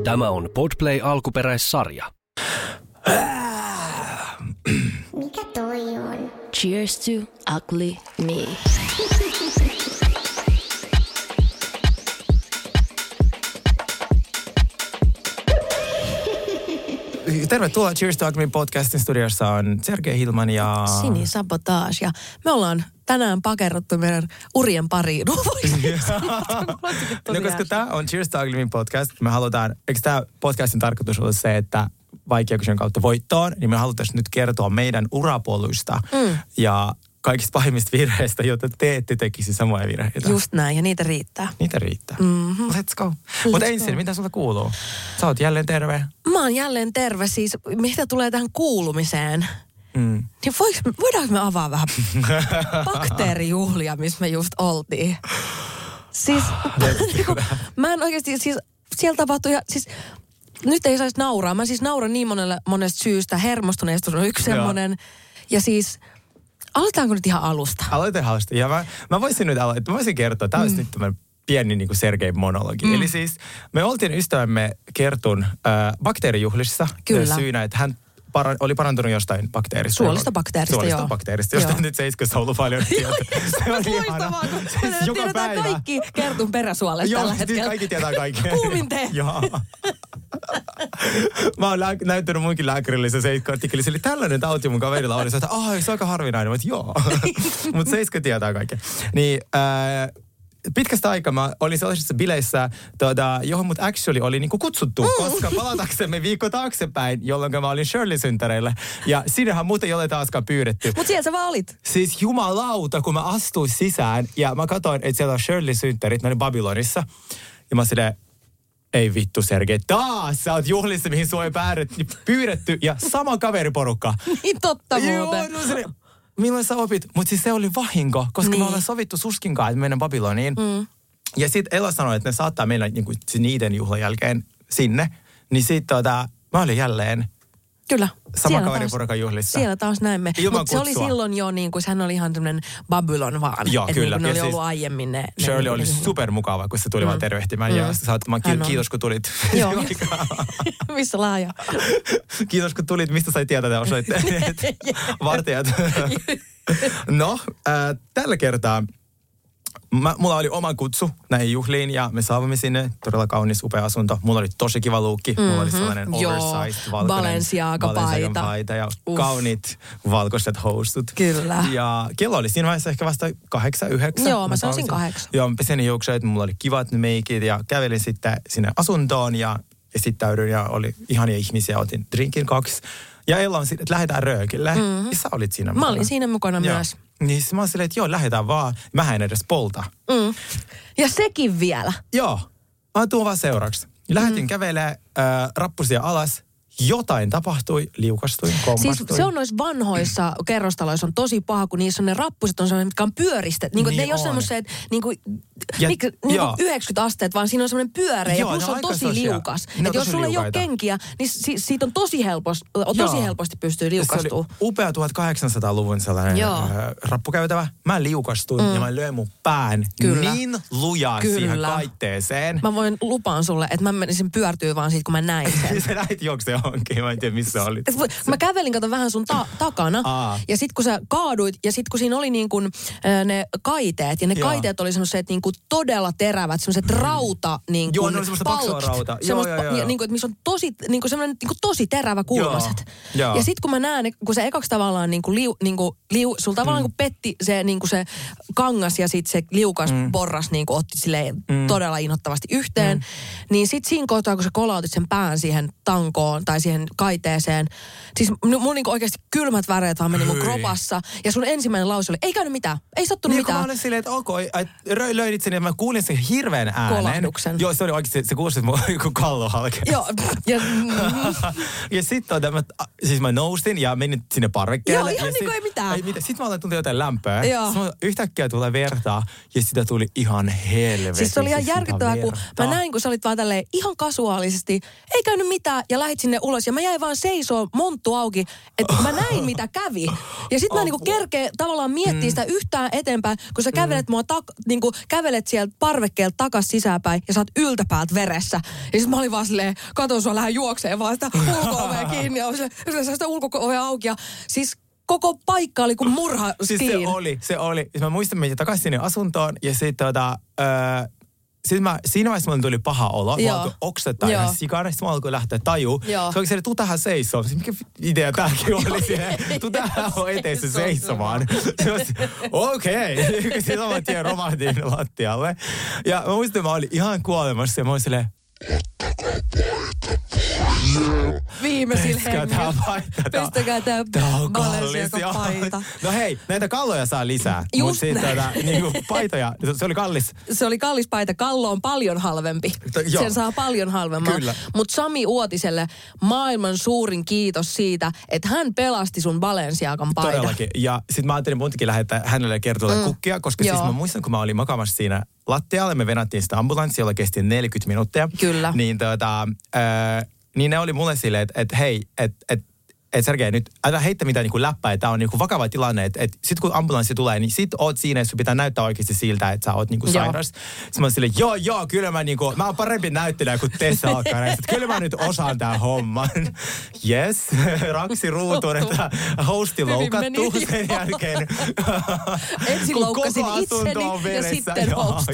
Tämä on Podplay alkuperäissarja. Mikä toi on? Cheers to ugly me. Tervetuloa Cheers to Ugly podcastin studiossa on Sergei Hilman ja Sini Sabotage. Ja me ollaan tänään pakerruttu meidän urien pariin. No koska tämä on Cheers to Ugly podcast, me halutaan, eikö tämä podcastin tarkoitus ole se, että vaikeuksia kautta voittoon, niin me halutaan nyt kertoa meidän urapoluista ja kaikista pahimmista virheistä, joita te ette tekisi samoja virheitä. Just näin, ja niitä riittää. Niitä riittää. Mm-hmm. Let's go. Mutta ensin, mitä sulle kuuluu? Sä oot jälleen terve. Mä oon jälleen terve, siis mitä tulee tähän kuulumiseen. Niin voidaanko me avaa vähän bakteerijuhlia, missä me just oltiin? Siis, mä en oikeasti, siis siellä tapahtui, siis nyt ei saisi nauraa. Mä siis nauran niin monesta syystä. Hermostuneisuus on yksi semmoinen. Ja siis, aloitetaanko nyt ihan alusta? Aloitetaan alusta. Ja mä voisin nyt aloittaa. Mä voisin kertoa. Tämä olisi nyt tämmöinen pieni niin kuin Sergei-monologi. Eli siis me oltiin ystävämme Kertun bakteerijuhlissa. Kyllä. Syynä, että hän oli parantunut jostain bakteerista. Suolista bakteerista, josta nyt 7 on ollut paljon tietoa. Se on ihana. Siis joka päivä. Kaikki Kertun peräsuolet tällä hetkellä. Joo, kaikki tietää kaikkea. Kuumin te. Joo. Mä oon näyttänyt munkin lääkärille se 7-artikkeli. Eli tällainen tauti mun kaverilla oli. Se on aika harvinainen. Mutta joo. Mutta 7 tietää kaikkea. Niin, pitkästä aikaa mä olin sellaisissa bileissä, johon mut actually oli niinku kutsuttu, koska palataksemme viikko taaksepäin, jolloin mä olin Shirley-synttäreille. Ja sinnehän muuten ei ole taaskaan pyydetty. Mut siellä sä vaan olit. Siis jumalauta, kun mä astuin sisään ja mä katsoin, että siellä on Shirley-synttärit, mä olin Babylonissa. Ja mä silleen, ei vittu Sergei, taas sä oot juhlissa, mihin sua ei pyydetty ja sama kaveriporukka. Niin totta muuten. Joo, milloin sä opit? Mutta siis se oli vahinko, koska me ollaan sovittu Suskinkaan, että mennään Babyloniin. Ja sitten Ella sanoi, että ne saattaa meillä niinku, niiden juhlan jälkeen sinne. Niin sitten mä olin jälleen kyllä. sama kaveriporukan juhlissa. Siellä taas näimme. Mutta se oli silloin jo niin kuin, hän oli ihan tämmöinen Babylon vaan. Joo, että kyllä. Niin, ne oli siis ollut aiemmin ne. Shirley oli supermukava, kun se tuli vaan tervehtimään. Ja kiitos, kun tulit. Joo. Missä laaja? Kiitos, kun tulit. Mistä sai tietää osoitteet? Vartijat. No, tällä kertaa mulla oli oma kutsu näihin juhliin ja me saavuimme sinne. Todella kaunis, upea asunto. Mulla oli tosi kiva luukki. Mulla oli sellainen oversized valkoinen Balenciaga-paita ja kauniit valkoiset housut. Kyllä. Ja kello oli siinä vaiheessa ehkä vasta 8-9. Joo, mä sanoisin 8. Joo, mä pesin hiukset, mulla oli kivat meikit ja kävelin sitten sinne asuntoon ja esittäydyin ja oli ihania ihmisiä. Otin drinkin 2. Ja Ella on sitten, että lähdetään röökille. Ja sä olit siinä mukana. Mä olin siinä mukana myös. Niin mä olin silleen, että joo, lähdetään vaan. Mä en edes polta. Ja sekin vielä. Joo. Mä tuun vaan seuraavaksi. Lähdettiin kävelemään rappusia alas. Jotain tapahtui, liukastuin, kommastuin. Siis se on noissa vanhoissa kerrostaloissa on tosi paha, kun niissä on ne rappuset on sellainen, mitkä on pyöristet. Niin, ne ei ole semmoiset niinku 90 asteet, vaan siinä on semmoinen pyöreä ja plus on tosi liukas. Että jos sulla ei ole kenkiä, niin siitä on tosi helposti pystyy liukastumaan. Se oli upea 1800-luvun sellainen rappukäytävä. Mä liukastuin ja mä löin mun pään niin lujaa siihen kaitteeseen. Mä voin lupaan sulle, että mä menisin pyörtyä vaan siitä, kun mä näin sen. Sä näit juokseen johonkin, mä en tiedä missä olit. Mä kävelin vähän sun takana ja sit kun sä kaaduit ja sit kun siinä oli niin kuin ne kaiteet ja ne kaiteet oli semmoiset niin kuin todella terävät, semmoiset rauta niin kuin joo, ne oli semmoista paksua rauta. Joo. Niin kuin, että missä on tosi, niin kuin semmoinen niin kuin tosi terävä kulmaset. Joo. Ja sit kun mä näen, kun se ekaksi tavallaan niin kuin sulla tavallaan niin kuin petti se, niin kuin se kangas ja sit se liukas porras niin kuin otti silleen todella inhottavasti yhteen. Niin sit siinä kohtaa, kun sä kolautit sen pään siihen tankoon tai siihen kaiteeseen. Siis mun niinku oikeasti kylmät väreet vaan meni mun kropassa. Ja sun ensimmäinen lause oli, ei käynyt mitään. Ei sattunut mitään. Mä olin silleen, että okei, löin itseni ja mä kuulin sen hirveän äänen. Kolahduksen. Joo, se oli oikeasti, se kuulosti joku kallo halkeaa. Joo. Ja sitten siis mä nousin ja menin sinne parvekkeelle. Joo, ihan niin kuin ei mitään. Sitten mä aloin tuntea jotain lämpöä. Yhtäkkiä tulee vertaa ja sitä tuli ihan helvetin. Siis se oli ihan järkyttävää, kun mä näin, kun sä olit vaan tälleen ihan kasuaalisesti. Ei käynyt mitään ja lähit sinne ulos. Ja mä jäin vaan seisoo monttu auki, että mä näin mitä kävi. Ja sit mä niinku kerkeen tavallaan miettiä sitä yhtään eteenpäin, kun sä kävelet niinku kävelet sieltä parvekkeelta takas sisäänpäin ja sä oot yltäpäältä veressä. Ja sit mä olin vaan silleen, katon sua lähden juokseen vaan sitä ulko-ovea kiinni ja silleen sitä ulko-ovea auki. Ja siis koko paikka oli kuin murha. Siis se oli. Mä muistan, meitä takaisin sinne asuntoon ja sitten siinä vaiheessa mulle tuli paha olo. Mä alkoi oksettaa ihan sikana. Sitten mä alkoi lähteä tajuu. Se oli se, että tuu tähän seisomaan. Mikä idea tämäkin oli siihen? Tuu tähän eteessä seisomaan. Okei. Sitten mä tien romahtiin lattialle. Ja mä muistan, että mä olin ihan kuolemassa ja mä olin silleen, viimeisillä hengillä. Pestäkää tää Balenciaga paita. No hei, näitä kalloja saa lisää. Just niinku paitoja, se oli kallis. Se oli kallis paita. Kallo on paljon halvempi. Sen saa paljon halvemmin. Mutta Sami Uotiselle maailman suurin kiitos siitä, että hän pelasti sun Balenciagan paidan. Todellakin. Ja sit mä ajattelin muutenkin lähettää hänelle kertoa kukkia, koska siis mä muistan, kun mä olin makaamassa siinä lattialle, me venattiin sitä ambulanssia, jolla kesti 40 minuuttia. Kyllä. Niin ne oli mulle silleen, että hei, Sergei, nyt älä heittä mitään niinku läppää, tää on niinku vakava tilanne, että sit kun ambulanssi tulee, niin sit oot siinä, että sun pitää näyttää oikeasti siltä, että sä oot niinku sairas. Sitten mä oon silleen, joo, kyllä mä oon parempi näyttelijä kuin Tessa Alkkareista, kyllä mä nyt osaan tän homman. Yes, raksi ruutuun, että hosti loukattu sen jälkeen. Ensin loukkasin itseni ja sitten host.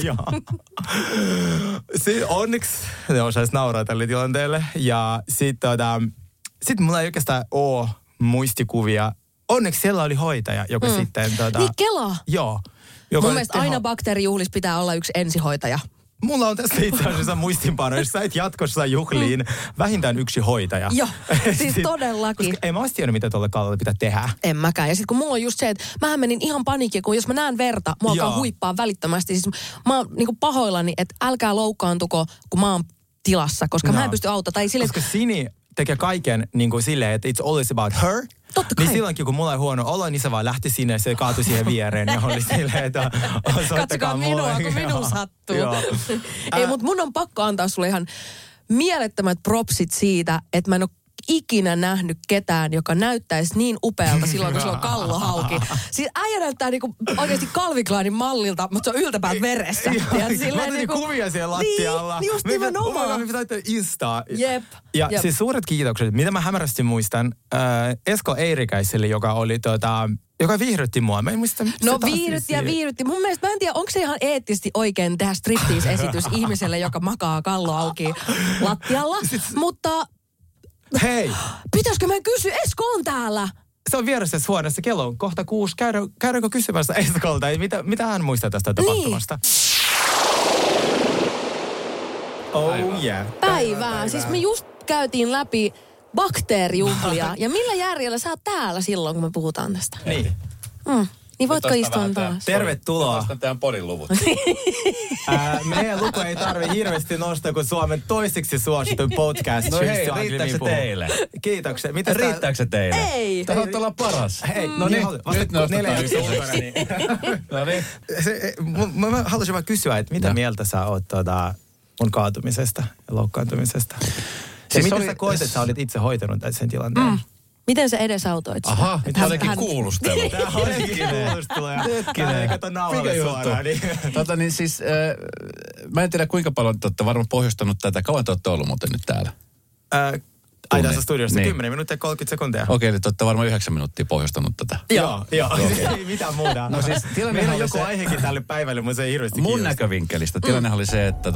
Onneksi ne osais nauraa tälle tilanteelle ja sitten mulla ei oikeastaan ole muistikuvia. Onneksi siellä oli hoitaja, joka sitten... Niin Kela. Joo. Mun mielestä aina bakteerijuhlissa pitää olla yksi ensihoitaja. Mulla on tässä itse asiassa muistinpano, jos sä et jatkossa juhliin vähintään yksi hoitaja. Joo, siis todellakin. Koska ei mä ois tiennyt, mitä tuolle kallalle pitää tehdä. En mäkään. Ja sitten kun mulla on just se, että mähän menin ihan paniikkiin, kun jos mä näen verta, mua alkaa huippaa välittömästi. Siis mä oon niinku pahoillani, että älkää loukkaantuko, kun mä oon tilassa, koska mä en pysty auttamaan. Koska Sini tekee kaiken niin kuin silleen, että it's always about her. Totta kai. Niin silloinkin, kun mulla oli huono olo, niin se vaan lähti sinne ja se kaatui siihen viereen ja oli silleen, että katsokaa minua, kun minun sattuu. Ei, mutta mun on pakko antaa sulle ihan mielettömät propsit siitä, että mä en ole ikinä nähnyt ketään, joka näyttäisi niin upealta silloin, kun se on kallo hauki. Siis äijä näyttää niinku oikeasti Calvin Kleinin mallilta, mutta se on yltäpäät veressä. Mä otin kuvia siellä lattialla. Niin, just nimenomaan. Me pitää Instaa. Jep. Ja siis suuret kiitokset. Mitä mä hämärästi muistan, Esko Eirikäiselle, joka oli joka viihdytti mua. Mä en muista, viihdytti. Mun mielestä mä en tiedä, onko se ihan eettisesti oikein tehdä striptease-esitys ihmiselle, joka makaa kallo auki lattialla. Mutta hei! Pitäisikö mä kysyä? Esko on täällä. Se on vieressä huoneessa. Kello on kohta 6. Käydäänkö kysymässä Eskolta? Mitä hän muistaa tästä tapahtumasta? Oh yeah. Päivää. Siis me just käytiin läpi bakteerijuhlia. Ja millä järjellä sä oot täällä silloin, kun me puhutaan tästä? Niin. Niin voitko istua taas? Tervetuloa. Vastaan teidän podin luvut. Meidän luku ei tarvi hirveästi nostaa, kun Suomen toiseksi suosituin podcast. No hei, riittääkö se teille? Kiitoksia. Riittääkö se teille? Ei. Tämä on olla paras. Hei, no niin, nyt nostetaan ykköseksi. No niin. Mä haluaisin vaan kysyä, että mitä mieltä sä oot mun kaatumisesta ja loukkaantumisesta? Ja miten sä koet, että sä olit itse hoitanut sen tilanteen? Miten sä edesautoit sitä? Aha, tämä olikin kuulustelu. Tämä olikin kuulustelu. Hetkinen. Kato naulalle suoraan. Niin siis, mä en tiedä kuinka paljon te olette varmaan pohjustanut tätä. Kauan te olette ollut muuten nyt täällä? Tässä studiossa niin. 10 minuuttia 30 sekuntia. Okei, eli te olette varmaan 9 minuuttia pohjustanut tätä. Joo. Ei mitään muuta. No siis meillä on joku aihekin tälle päivälle, mutta se ei hirveästi mun näkövinkkelistä tilannehan oli se, että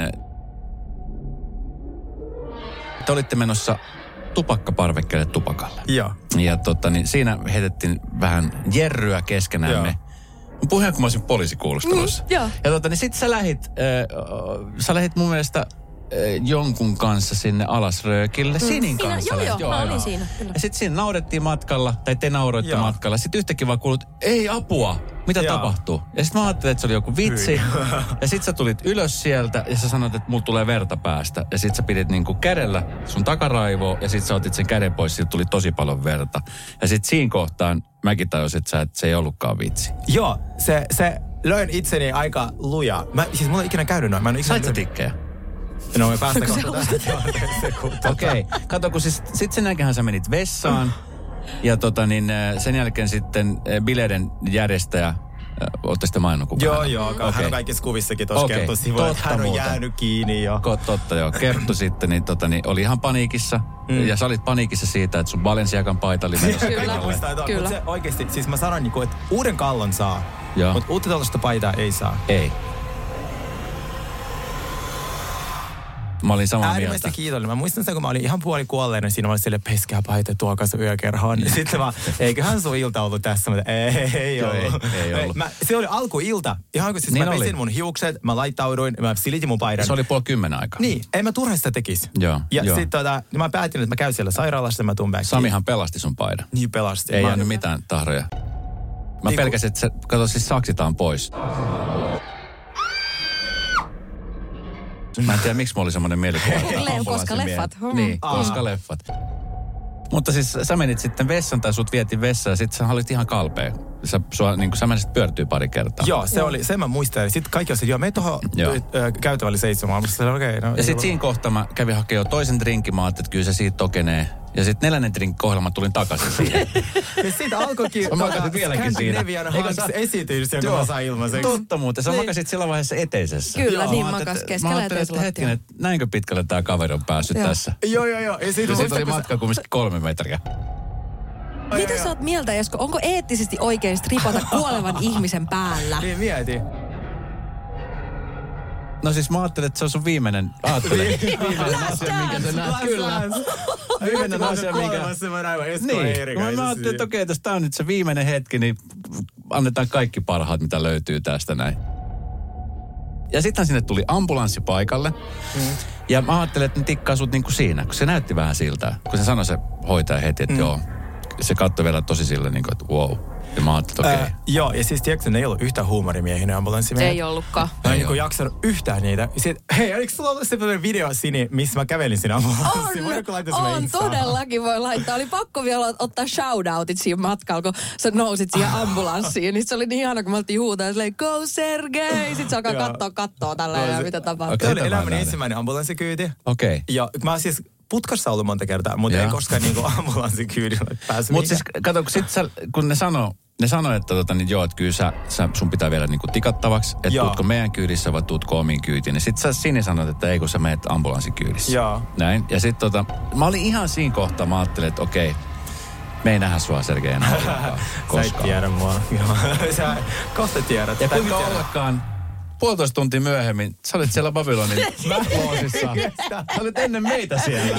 te olitte menossa tupakkaparvekkeelle tupakalle. Joo. Ja siinä heitettiin vähän jerryä keskenämme. Mun puheen, kun mä olisin poliisikuulustelussa. Ja sit sä lähit mun mielestä jonkun kanssa sinne Alasröökille. Sinin kanssa. Joo, mä olin siinä. Kyllä. Ja sit siinä naudettiin matkalla, tai te nauroitte matkalla. Sit yhtäkkiä vaan kuulut, ei apua, mitä tapahtuu? Ja sit mä ajattelin, että se oli joku vitsi. Ja sit sä tulit ylös sieltä ja sä sanoit, että mulla tulee verta päästä. Ja sit sä pidit niinku kädellä sun takaraivoa ja sit sä otit sen käden pois, siitä tuli tosi paljon verta. Ja sit siinä kohtaan mäkin tajusin, että se ei ollutkaan vitsi. Joo, se löin itseni aika luja. Siis mulla ei ikinä käynyt noin. Sait sä tikkejä? No me päästään kohta tästä. Okei. Kato, kun siis sit sen jälkeen sä menit vessaan. Ja sen jälkeen sitten bileiden järjestäjä, ootte sitten maininnut kukaan? Joo. Hän on kaikissa kuvissakin tuossa kertoi sivuilla, että hän on jäänyt kiinni jo. Totta joo. Kerttu sitten, niin oli ihan paniikissa. Ja sä olit paniikissa siitä, että sun Balenciagan paita oli menossa. Kyllä. Mutta se oikeasti, siis mä sanon, että uuden kallon saa, mutta uutta tällaista paitaa ei saa. Ei. Mä olin samaa äärimmäisesti kiitollinen. Mä muistan sen, kun mä olin ihan puolikuolleena, siinä mä olin silleen, peskeä paita, tuokas yökerhoon. Sitten mä, eiköhän sun ilta ollut tässä, mutta ei ollut. Se oli alkuilta. Ihan kun siis niin mä pesin mun hiukset, mä laittauduin, mä silitin mun paidan. Se oli 9:30 aikaa. Niin, en mä turhaan sitä tekisi. Joo. Ja sitten mä päätin, että mä käyn siellä sairaalassa ja mä tuun back. Samihan pelasti sun paidan. Niin pelasti. Ei jäänyt mitään tahroja. Mä pelkäsin, että kato siis saksitaan pois. Mä en tiedä, miksi mulla oli semmoinen mielikuva. Koska leffat. Niin, koska leffat. Mutta siis sä menit sitten vessaan tai sut vietiin vessaan ja sit sä olit ihan kalpea. Sä menisit pyörtyy pari kertaa. Joo, sen mä muistan. Sitten kaikki oli, että mene tuohon käytävälle 7. Ja sit siinä kohtaa mä kävin hakemaan jo toisen drinkin. Mä ajattelin, että kyllä se siitä tokenee. Ja sitten 4. drinkin kohdalla mä tulin takaisin siihen. Ja siitä alkoikin Scandinavian esitys, jonka mä sain ilmaiseksi. Totta muuten. Sä makasit sillä vaiheessa eteisessä. Kyllä, niin makas keskellä. Mä ajattelin, että hetken, että näinkö pitkälle tää kaveri on päässyt tässä. Joo. Ja siitä oli matka kumminkin 3 metriä. Mitä sä oot mieltä, Esko? Onko eettisesti oikein stripata kuolevan ihmisen päällä? Niin mieti. No siis mä ajattelin, että se on sun viimeinen asia, minkä sä näet. Kyllä. Viimeinen asia, minkä... Niin, mä ajattelin, että okei, tässä on nyt se viimeinen hetki, niin annetaan kaikki parhaat, mitä löytyy tästä näin. Ja sitten sinne tuli ambulanssi paikalle. Ja mä ajattelin, että ne tikkaa sut niin kuin siinä, kun se näytti vähän siltä. Kun se sanoi se hoitaja heti, että joo. Se katsoi vielä tosi silleen, niin kuin, että wow. Ja mä ajattelin, että okei. Joo, ja siis tiedätkö, ne ei ollut yhtään huumorimiehiä, ne ambulanssimiehet. Ei ollutkaan. Mä en jaksanut yhtään niitä. Hei, oliko sulla ollut sellainen video Sini, missä mä kävelin siinä ambulanssiin? On, todellakin voi laittaa. Oli pakko vielä ottaa shoutoutit siinä matkalla, kun sä nousit siihen ambulanssiin. Niin se oli niin ihana, kun me oltiin huutaa silleen, go Sergei! Sitten se alkaa katsoa tällä ja mitä tapahtuu. Se oli elämäni ensimmäinen ambulanssikyyti. Okei. Ja mä siis putkassa ollut monta kertaa, mutta ei koskaan niinku ambulanssikyydillä päässyt. Mutta siis kato, kun ne sanoi, että että kyllä sun pitää vielä niinku tikattavaksi, että tuutko meidän kyydissä vai tuutko omiin kyytiin. Ja sit sä Sini sanoit, että ei kun sä menet ambulanssikyydissä. Joo. Näin. Ja sit mä olin ihan siinä kohtaa, mä ajattelin, että okei, me ei nähdä sua Sergei enää ollenkaan koskaan. Sä et tiedä mua. Sä kohta tiedät. Ja kuinka ollakaan 1,5 tuntia myöhemmin, sä olit siellä Babylonin loosissa. Sä olit ennen meitä siellä.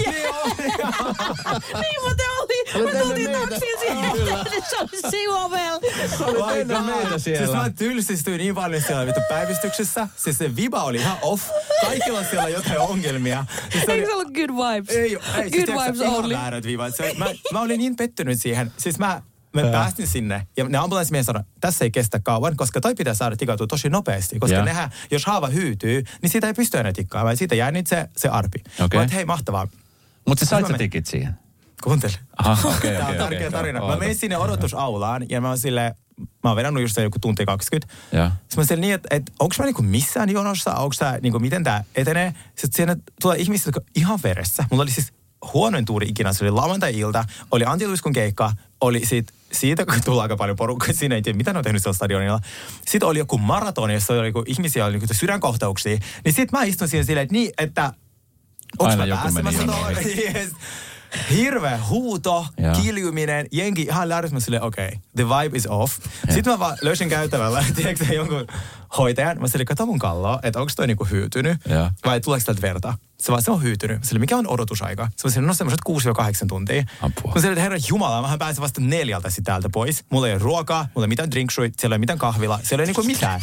Niin muuten oli. Me tultiin taksin siihen. Se oli sivuovella. Sä olit ennen meitä siellä. Siis mä tylsistyin niin paljon siellä päivystyksessä. Siis se viba oli ihan off. Kaikilla siellä jotain ongelmia. Eikö se ollut good vibes? Ei. Good vibes only. Ihan väärät vibat. Mä olin niin pettynyt siihen. Siis me päästin sinne ja ne ambulanssimiehet sanoivat, että tässä ei kestä kauan, koska toi pitää saada tikautua tosi nopeasti. Koska nehän, jos haava hyytyy, niin siitä ei pysty enää tikkaamaan. Siitä jää nyt se arpi. Okay. Hei, mahtavaa. Mutta sä sait sä tikit siihen? Kuuntele. Aha, okei. Tämä on tärkeä tarina. Mä menin sinne odotusaulaan ja mä oon silleen, mä oon vedannut just se joku tunti 20. Sitten mä silleen niin, että onko mä niinku missään jonossa, onko tää, niinku, miten tää etenee. Sitten siinä tulee ihmiset, jotka ihan veressä. Mulla oli siis huonoin tuuri ikinä. Se oli lauantai-ilta, oli Antti Luiskun keikka, oli siitä, kun tuli aika paljon porukkaa, siinä ei tiedä, mitä ne on tehnyt siellä stadionilla. Sitten oli joku maraton, jossa oli joku ihmisiä, oli joku sydänkohtauksia. Niin sitten mä istun siinä silleen, että niin, että onko mä pääsemässä tuohon? Hirveä huuto, kiljuminen, jengi ihan lähdössä silleen, okei, the vibe is off. Sitten mä vaan löysin käytävällä, tiedätkö jonkun hoitajan. Mä silleen, kato mun kalloa, että onko toi niinku hyytynyt vai tuleeko tältä verta? Se on hyytynyt. Silleen, mikä on odotusaika? Se on silleen, no semmoiset 6-8 tuntia. Apua. Mä silleen, että herran jumala, mähän pääsen vasta 4 täältä pois. Mulla ei ole ruokaa, mulla ei ole mitään drinksuit, siellä ei ole mitään kahvila, siellä ei niinku mitään.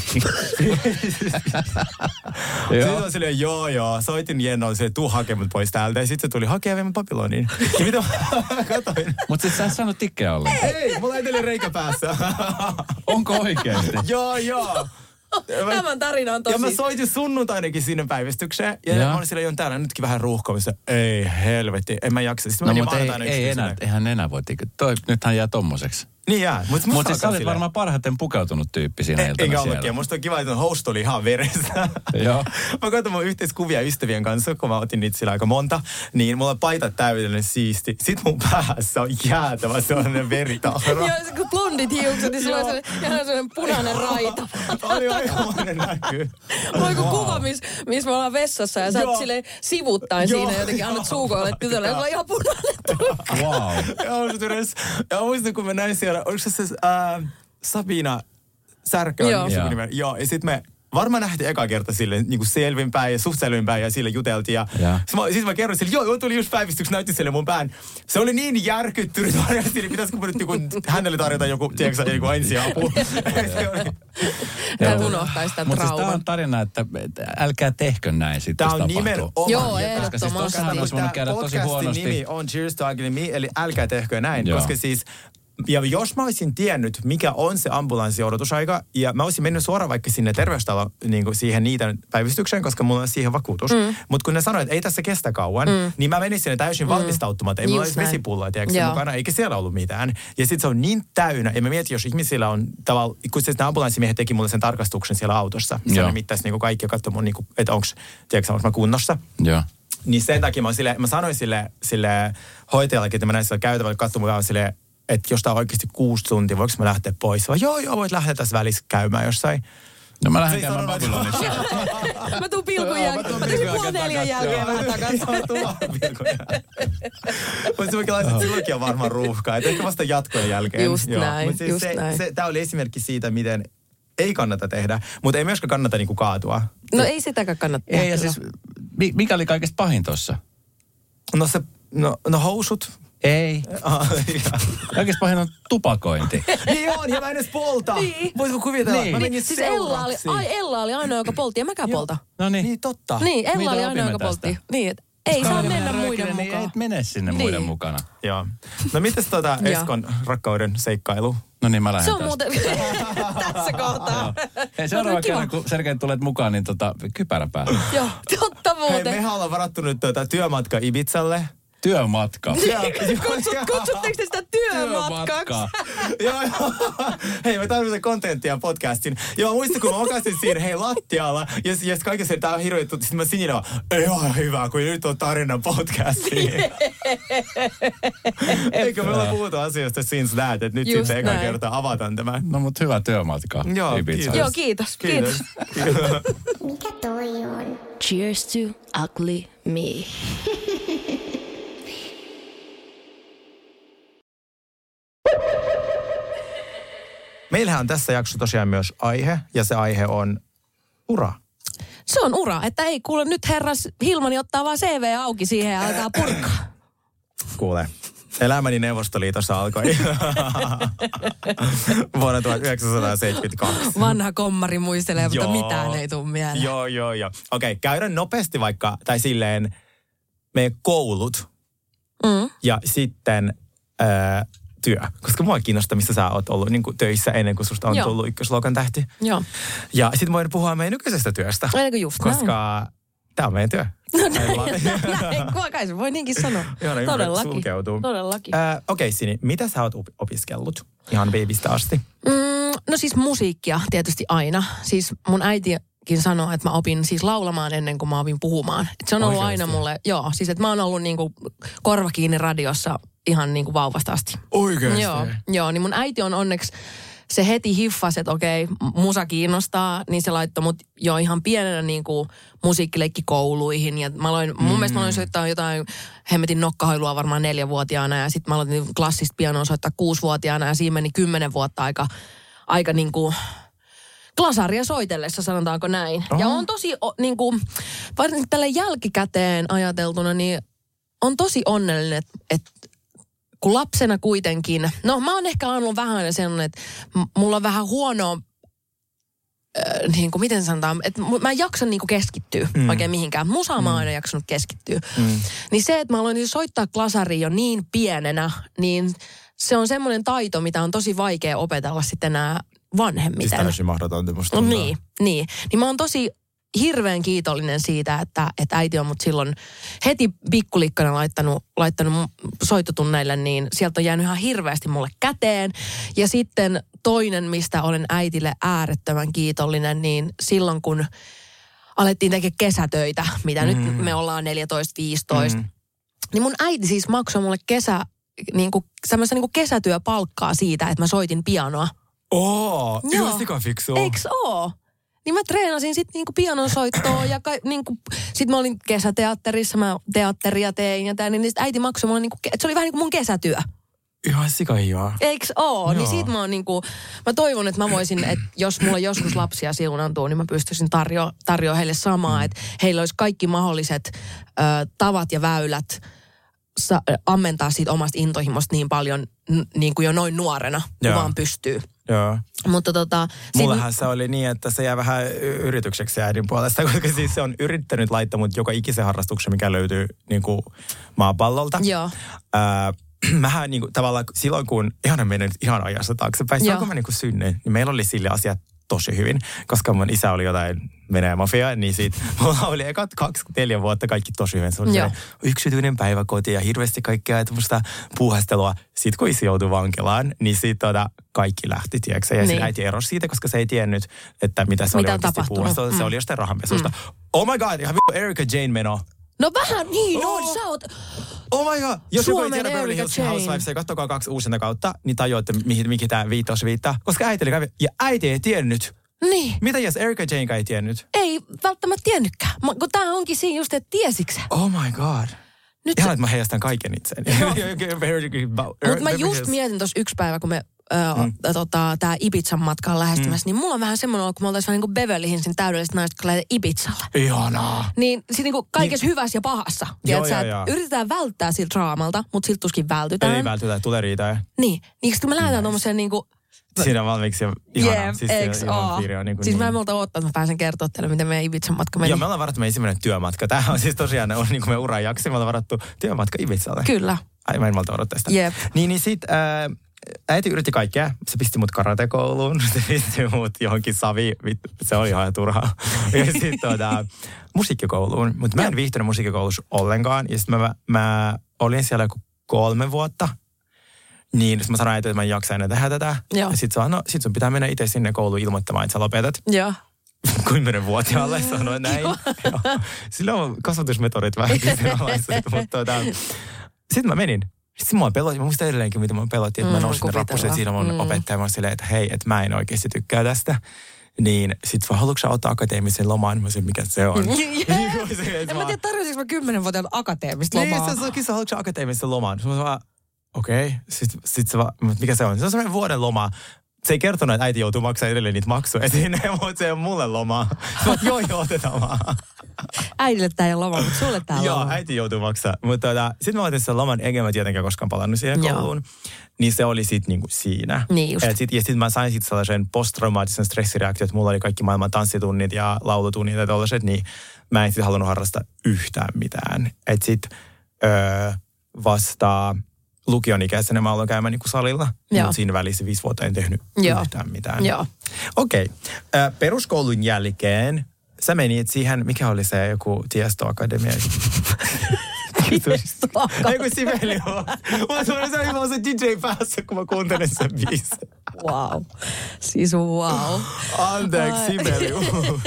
Sitten on silleen, joo, soitin Jennolle, silleen, tuu hakemaan pois täältä. Ja sitten se tuli hakemaan Babyloniin. Ja mitä mä katoin? Mutta sit sä et saanut tikkejä ollenkaan. Ei, mulla ei teille reikä päässä. Onko oikeasti? Joo. Tämän tarina on tosi. Ja mä soitin sunnuntainakin sinne päivystykseen. Ja mä olin silleen, täällä nytkin vähän ruuhkaamista. Ei helvetti, en mä jaksa. Sitten no mutta ei enää, eihän enää voi tikkää. Nythän jää tommoseksi. Niin jää. Mutta siis sä olit varmaan parhaiten pukeutunut tyyppi siinä iltana enkä siellä. ollutkin. Musta on kiva, että housut oli ihan veressä. Joo. Mä katson mun yhteiskuvia ystävien kanssa, kun mä otin niitä sillä aika monta. Niin mulla on paita täydellinen siisti. Sitten mun päässä on jäätävä sellainen veritahra. Joo, kun blondit hiukset, niin sulla on sellainen punainen raita. Oli aikamoinen näkyy. Mulla on kuva, missä me ollaan vessassa ja sä oot silleen sivuttain siinä jotenkin annat suukoille tytölle ja sulla on ihan punainen. Wow. Ja muistan, kun mä näin siellä, oliko se Sabina Särkö? Joo. Joo, ja sitten me varmaan nähtiin eka kerta sille niin kuin selvinpäin ja suht selvinpäin ja sille juteltiin. Ja siis mä kerroin sille, joo, tuli just päivistyksi, näytti sille mun pään. Se oli niin järkyttynyt, niin pitäisikö mä nyt hänelle tarjota joku, tiedätkö joku ensiapu. Hän unohtaa sitä Mutta traumaa. siis tää on tarina, että älkää tehkö näin sitten, jos tapahtuu. tapahtuu. Joo, Koska siis tossahan olisi voinut käydä tosi huonosti. Podcastin nimi on Cheers to Ugly Me, eli älkää tehkö näin, Joo. koska siis... Ja jos mä olisin tiennyt, mikä on se ambulanssiodotusaika, ja mä olisin mennyt suoraan vaikka sinne terveystaloon niin siihen niiden päivystykseen, koska mulla on siihen vakuutus. Mutta kun ne sanoivat, että ei tässä kestä kauan, niin mä menin sinne täysin valmistautumatta. Ei mulla olisi vesipulloa, tiedätkö, mukana, eikä siellä ollut mitään. Ja sitten se on niin täynnä. Ja mä mietin, jos ihmisillä on tavallaan, kun se ambulanssimiehet teki mulle sen tarkastuksen siellä autossa. Se mittaisi niin kaikki ja katsoi mun, niin kuin, että onko mä kunnossa. Joo. Niin sen takia mä sanoin sille hoitajallekin, että mä näin siellä käytävällä katsomaan silleen, että jos tää on oikeasti 6 tuntia, voiko mä lähteä pois? Vai joo, voit lähteä tässä välissä käymään jossain. No mä lähden käymään Babylonissa. Mä tuun pilkun jälkeen. Mä tuun 3:30 jälkeen vähän takaisin. Mutta silloinkin on varmaan ruuhkaa. Että ehkä vasta jatkojen jälkeen. Just näin, siis tää oli esimerkki siitä, miten ei kannata tehdä, mutta ei myöskään kannata niinku kaatua. No ei sitäkään kannata tehdä. Ei, ja siis mikä oli kaikista pahin tossa? No housut. Ei. Kaikista pahin on tupakointi. Niin on, ja mä en edes polta. Niin. Voitko kuvitella? Niin. Mä menin Siis seuraksi. Ella oli ainoa, joka poltti, ja mäkään polta. No niin. Niin, totta. Niin, Ella Mitä oli ainoa, opimme joka tästä? poltti. Niin, että ei saa mennä muiden Niin mukaan. et mene sinne Niin. muiden mukana. Joo. No mites Eskon rakkauden seikkailu? No niin, mä lähden Se on tästä. muuten tässä kohtaa. Hei, seuraava kerran, kun Sergei tulet mukaan, niin kypärä päälle. Joo, totta Hei, muuten. mehän ollaan varattu nyt työmatka Ibizalle. Työmatka. Kutsutteko te sitä työmatkaksi? Joo. Hei, me tarvitsemme kontenttia podcastin. Joo, muistan, kun mä makasin siinä, lattialla. Ja kaikessa tää on hirveä, sitten mä sinne vaan, ei ole hyvä, kun nyt on tarina podcastiin. Eikö me olla puhuttu asioista since that, että nyt Just sitten eka näin. kertaa avataan tämä. No mut hyvä työmatka. Joo, Ibizaan. Joo, kiitos. Mikä toi on? Cheers to ugly me. Meillähän on tässä jaksossa tosiaan myös aihe, ja se aihe on ura. Se on ura, että ei kuule nyt herras Hilmani ottaa vaan CV auki siihen ja alkaa purkaa. Kuule, elämäni Neuvostoliitossa alkoi vuonna 1972. Vanha kommari muistelee, mutta Joo. mitään ei tule mieleen. Joo. Okei, käydään nopeasti vaikka, tai silleen, meidän koulut ja sitten työ. Koska mua kiinnostaa, missä sä oot ollut niin kuin töissä ennen kuin susta on tullut ykkösluokan tähti. Joo. Ja sitten voin puhua meidän nykyisestä työstä. Eikö just näin? Koska tää on meidän työ. Näin, kai se voi niinkin sanoa. Todellakin. Sulkeutuu. Todellakin. Okei, Sini, mitä sä oot opiskellut ihan babystä asti? No siis musiikkia tietysti aina. Siis mun äitikin sanoo, että mä opin siis laulamaan ennen kuin mä opin puhumaan. Et se on ollut aina mulle, siis että mä oon ollut niinku korva kiinni radiossa ihan niinku vauvasta asti. Oikeesti? Joo, niin mun äiti on onneksi, se heti hiffasi, että okei, musa kiinnostaa, niin se laittoi mut jo ihan pienenä niinku musiikkileikkikouluihin. Ja mä aloin, mun mielestä mä aloin soittaa jotain hemmetin nokkahoilua varmaan 4-vuotiaana ja sitten mä aloin klassista pianoa soittaa 6-vuotiaana ja siinä meni 10 vuotta aika niinku glasaria soitellessa, sanotaanko näin. Oh. Ja on tosi niinku, varsinkin tälle jälkikäteen ajateltuna, niin on tosi onnellinen, että kun lapsena kuitenkin, no mä oon ehkä ollut vähän sellainen, että mulla on vähän huono, niin kuin miten sanotaan, että mä en jaksa niin kuin keskittyä oikein mihinkään. Musaan mä oon aina jaksanut keskittyä. Niin se, että mä aloin soittaa glasaria jo niin pienenä, niin se on semmoinen taito, mitä on tosi vaikea opetella sitten enää vanhemmiten. Siis täysin mahdotonta musta. Niin. Niin mä oon tosi hirveän kiitollinen siitä, että äiti on mut silloin heti pikkulikkana laittanut soittotunneille, niin sieltä on jäänyt ihan hirveästi mulle käteen. Ja sitten toinen, mistä olen äitille äärettömän kiitollinen, niin silloin kun alettiin tekemään kesätöitä, mitä nyt me ollaan 14-15, niin mun äiti siis maksoi mulle semmoista kesätyöpalkkaa siitä, että mä soitin pianoa. Ihan sikafiksua. Eiks oo? Niin mä treenasin sit pianon soittoa ja sit mä olin kesäteatterissa, mä teatteria tein ja niin sit äiti maksoi mulle että se oli vähän niin kuin mun kesätyö. Ihan sikahivaa. Eiks oo? Joo. Niin sit mä oon mä toivon, että mä voisin, että jos mulla joskus lapsia siunantuu, niin mä pystyisin tarjoa heille samaa, että heillä olisi kaikki mahdolliset tavat ja väylät ammentaa siitä omasta intohimosta niin paljon niin kuin jo noin nuorena, kun vaan pystyy. Joo. Mutta mullahan se oli niin, että se jää vähän yritykseksi äidin puolesta, koska siis se on yrittänyt laittaa mut joka ikisen harrastuksen, mikä löytyy niin kuin maapallolta. Joo. Mähän niin kuin, tavallaan silloin, kun ihan mennyt ihan ajassa taaksepäin, silloin kun mä niin kuin synnyin, niin meillä oli sille asiat tosi hyvin, koska mun isä oli jotain Venäjän mafia, niin siitä mulla oli ekat 2-4 vuotta kaikki tosi hyvin. Se oli yksityinen päiväkoti ja hirveästi kaikkea tämmöistä puuhastelua. Sitten kun isi joutui vankilaan, niin siitä kaikki lähti, tiedätkö? Ja niin. Äiti erosi siitä, koska se ei tiennyt, että mitä se oli oikeasti puuhastelua. Se oli jostain rahanpesusta. Oh my god, ihan Erika Jane meno. No vähän niin, sä oot... Oh my god. Jos joku ei tiedä Beverly Hills Housewives, katsokaa 2 uusinta kautta, niin tajuatte, mihin tämä viittaus viittaa. Koska äiti oli kävi, ja äiti ei tiennyt. Niin. Mitä jos Erika Jane ei tiennyt? Ei välttämättä tiennytkään. Kun tää onkin siinä just, että tiesiksä. Oh my god. Nyt ihan, että mä heijastan kaiken itseäni. Mutta mä just mietin tossa yksi päivä, kun me tää Ibizan matkaan lähestymässä, niin mulla on vähän semmoinen olo, kun me oltaisiin vähän niin kuin Beverly Hillsin täydelliset naiset, jotka lähdetään Ibizalle. Ihanaa. Niin sit niin kuin kaikessa hyvässä ja pahassa. Yritetään välttää siltä draamalta, mutta siltä tuskin vältytään. Ei vältytään, tulee riitaa. Niin kun me lähdetään tommoseen niinku... Siinä on valmiiksi ihanaa. Siis mä en multa odottaa, että mä pääsen kertoa teille, miten meidän Ibizan matka meni. Joo, me ollaan varattu meidän ensimmäinen työmatka. Tämähän on siis tosiaan niin kuin me uran jakso. Me ollaan varattu työmatka Ibizalle. Kyllä. Ai, mä en malta odottaa sitä. Jep. Niin sit äiti yritti kaikkea. Se pisti mut karatekouluun. Se pisti mut johonkin se oli ihan turhaa. Ja sit musiikkikouluun. Mutta mä en viihtynyt musiikkikoulussa ollenkaan. Ja sit mä olin siellä joku 3 vuotta. Niin, mä sanoin äiti, että mä en jaksa enää tehdä tätä. Joo. Ja sit sun pitää mennä itse sinne kouluun ilmoittamaan, että sä lopetat. Joo. 10-vuotiaalle sanoin näin. Sillä on kasvatusmetodit vähän kyseenalaiset, mutta sitten mä menin. Sitten mua pelotti, mä muistan edelleenkin, mitä mä pelotti, että mä nousin ne rappuset siinä mun opettaja. Mä olin silleen, että hei, että mä en oikeasti tykkää tästä. Niin sit vaan, haluatko sä ottaa akateemisen lomaan? Mä sanoin, mikä se on. En mä tiedä, tarvitsinko mä 10-vuotiaalta akateemista lomaa. Niin, se haluatko sä akateemisen lomaan? Mä vaan, okei. Sitten se vaan, mikä se on? Se on semmoinen vuoden loma. Se ei kertonut, että äiti joutuu maksamaan edelleen niitä maksuja sinne, mutta se on mulle lomaa. Sä oot, joo, otetaan vaan. Äidille tää ei ole loma, mutta sulle tää on loma. Joo, äiti joutuu maksamaan. Mutta sitten mä otin sen loman, enkä mä tietenkään koskaan palannut siihen kouluun. Niin se oli sitten niinku siinä. Niin just. Ja sitten mä sain sitten sellaisen posttraumaattisen stressireaktion, että mulla oli kaikki maailman tanssitunnit ja laulutunnit ja tollaiset, niin mä en sitten halunnut harrastaa yhtään mitään. Että sitten vasta lukion ikäisenä mä aloin käymään niinku salilla. Mutta siinä välissä 5 vuotta en tehnyt yhtään mitään. Okei. Peruskoulun jälkeen sä menit siihen, mikä oli se joku Tiesto-akademia? Tiesto-akademia. Joku Sibelius. Se oli vaan se DJ päässä, kun mä kuuntelin sen biisin. Wow. Siis wow. Anteeksi, Sibelius.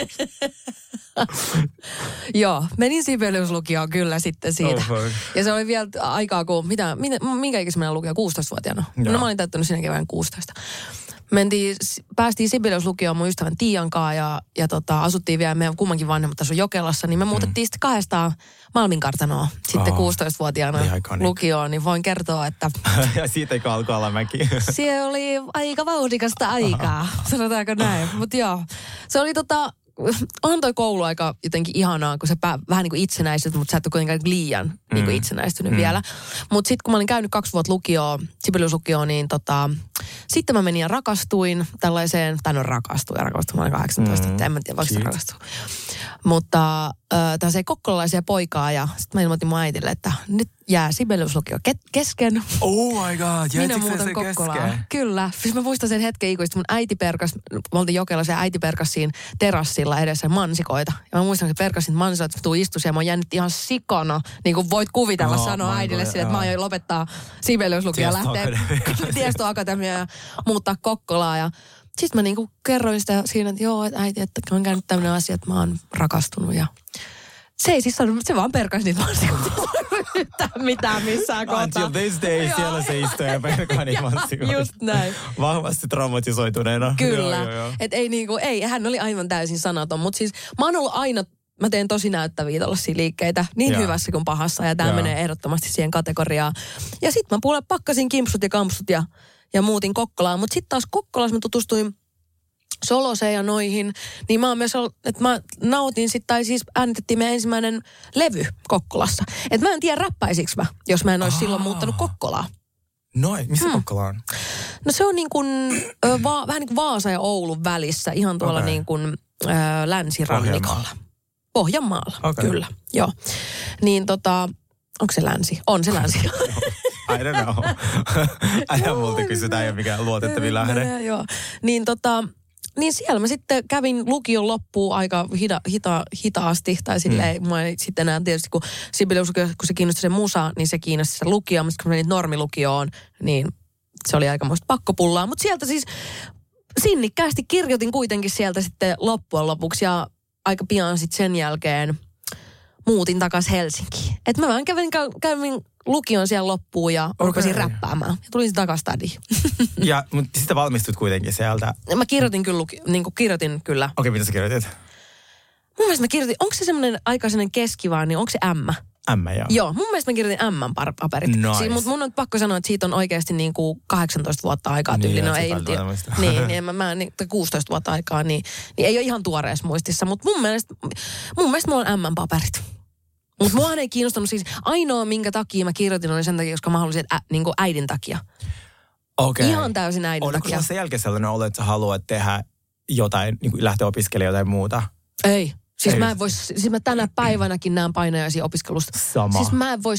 Joo, menin Sibelius-lukioon kyllä sitten siitä. Ja se oli vielä aikaa, kun minkä ikäisen minä lukioon? 16-vuotiaana. No mä olin täyttänyt sinne kevään 16. Päästiin Sibelius-lukioon mun ystävän Tiian kanssa ja asuttiin vielä, meidän kummankin vanhemmat asui Jokelassa, niin me muutettiin sitten 2 Malminkartanoa sitten 16-vuotiaana lukioon, niin voin kertoa, että... Ja siitä ei alkoi Alamäki. Se oli aika vauhdikasta aikaa, sanotaanko näin. Mutta joo, se oli onhan toi koulu aika jotenkin ihanaa, kun sä vähän niin kuin itsenäistyt, mutta sä et ole kuitenkaan liian niin kuin itsenäistynyt vielä. Mutta sitten kun mä olin käynyt 2 vuotta lukioon, Sibelius-lukioon, niin sitten mä menin ja rakastuin tällaiseen, rakastuin, mä olin 18, että en mä tiedä, voiko sitä rakastua. Mutta tällaiseen kokkolalaiseen poikaa ja sitten mä ilmoitin mun äitille, että nyt jää Sibeliuslukio kesken. Oh my god, Minä muutan Kokkolaan. Kyllä. Siis mä muistan sen hetken ikuisesti. Mun äiti perkas, me oltiin Jokelassa ja äiti perkas siinä terassilla edessä mansikoita. Ja mä muistan, että perkasin mansikoita, että mä tuun istumaan ja mä jännitti ihan sikana. Niin kuin voit kuvitella sanoa äidille sille, että mä aion lopettaa Sibeliuslukio ja lähteä Tiesto-akatemia ja muuttaa Kokkolaan. Ja sitten mä niinku kerroin sitä siinä, että joo, että äiti, että on käynyt tämmöinen asia, että mä oon rakastunut ja se ei siis sanonut, se vaan perkasi niitä mansikoita. Yhtään mitään missään kohtaa. Until this day siellä se istuu ja perkaa niitä mansikoita. Just näin. Vahvasti traumatisoituneena. Kyllä. Että ei niinku, ei, hän oli aivan täysin sanaton. Mutta siis mä oon ollut aina, mä teen tosi näyttäviä tollaisia liikkeitä, niin hyvässä kuin pahassa. Ja tää menee ehdottomasti siihen kategoriaan. Ja sit mä pakkasin kimpsut ja kampsut ja muutin Kokkolaan. Mutta sitten taas Kokkolassa mä tutustuin Soloseen ja noihin, niin mä oon myös ollut, että mä nautin sitten, tai siis äänitettiin meidän ensimmäinen levy Kokkolassa. Että mä en tiedä räppäisikö mä, jos mä en olisi silloin muuttanut Kokkolaa. Noin, missä Kokkola on? No se on niin kuin, vähän niin kuin Vaasa ja Oulun välissä, ihan tuolla niin kuin länsirannikolla. Pohjanmaalla, kyllä, joo. Niin onko se länsi? On se länsi. I don't know. Aina multa kysytään, ei ole mikään luotettavin lähde. Joo, niin siellä mä sitten kävin lukion loppuun aika hitaasti, tai silleen, mä sitten enää tietysti, kun Sibelius, kun se kiinnosti se musa, niin se kiinnosti se lukio, mutta kun menit normilukioon, niin se oli aikamoista pakkopullaa. Mutta sieltä siis sinnikkäästi kirjoitin kuitenkin sieltä sitten loppujen lopuksi, ja aika pian sitten sen jälkeen muutin takaisin Helsinkiin. Että mä vaan kävin lukion siellä loppuun ja rupesin räppäämään. Ja tulin takaisin stadiin. Mutta sitten valmistut kuitenkin sieltä. Mä kirjoitin kyllä, kirjoitin kyllä. Okei, mitä sä kirjoitit? Mun mielestä mä kirjoitin, onko se semmoinen aikainen keskivaan, niin onko se M? M, joo. Joo, mun mielestä mä kirjoitin M-paperit. Nice. Siis, mutta mun on pakko sanoa, että siitä on oikeasti niin kuin 18 vuotta aikaa tyyli. No ei, niin, mä 16 vuotta aikaa, niin ei ole ihan tuoreessa muistissa. Mutta mun mielestä mulla on M-paperit. Mutta mua ei kiinnostanut siis, ainoa minkä takia mä kirjoitin oli sen takia, koska mä halusin niin kuin äidin takia. Okei. Ihan täysin äidin takia. Oliko sen jälkeen sellainen olo, että sä haluat tehdä jotain, niin kuin lähteä opiskelemaan jotain muuta? Ei. Siis mä en mä tänä päivänäkin näen painajaisia opiskelusta. Sama. Siis mä en voi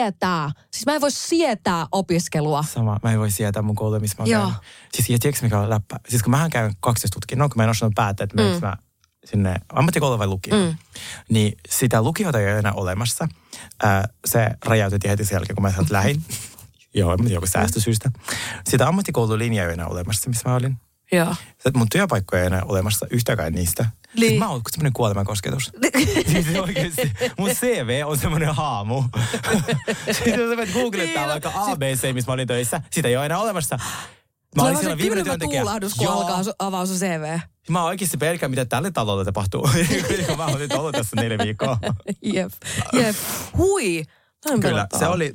sietää opiskelua. Sama. Mä en voi sietää mun kouluja, missä mä oon käynyt. Siis ja tiedätkö mikä on läppä? Siis kun mähän käyn 12 tutkinnon, kun mä en osannut päättää, että meneekö mä sinne ammattikouluun vai lukioon. Niin sitä lukiota ei ole enää olemassa. Se rajautettiin heti sen jälkeen, kun mä sieltä lähdin. Joo, joku säästösyystä. Sitä ammattikoululinjaa ei ole enää olemassa, missä mä olin. Joo. Mun työpaikkoja ei enää olemassa yhtäkään niistä. Niin. Siis mä oon semmoinen kuolemankosketus. Siis oikeasti. Mun CV on semmoinen haamu. Siis jos sä googlettaa vaikka ABC, missä mä olin töissä, sitä ei ole enää olemassa. Mä olin siellä viimeinen työntekijä. Tuulahdus, kun avaa sun CV. Mä oikeasti pelkään, mitä tälle talolle tapahtuu. Mä olin ollut tässä 4 viikkoa. Jep. Hui. Kyllä, se oli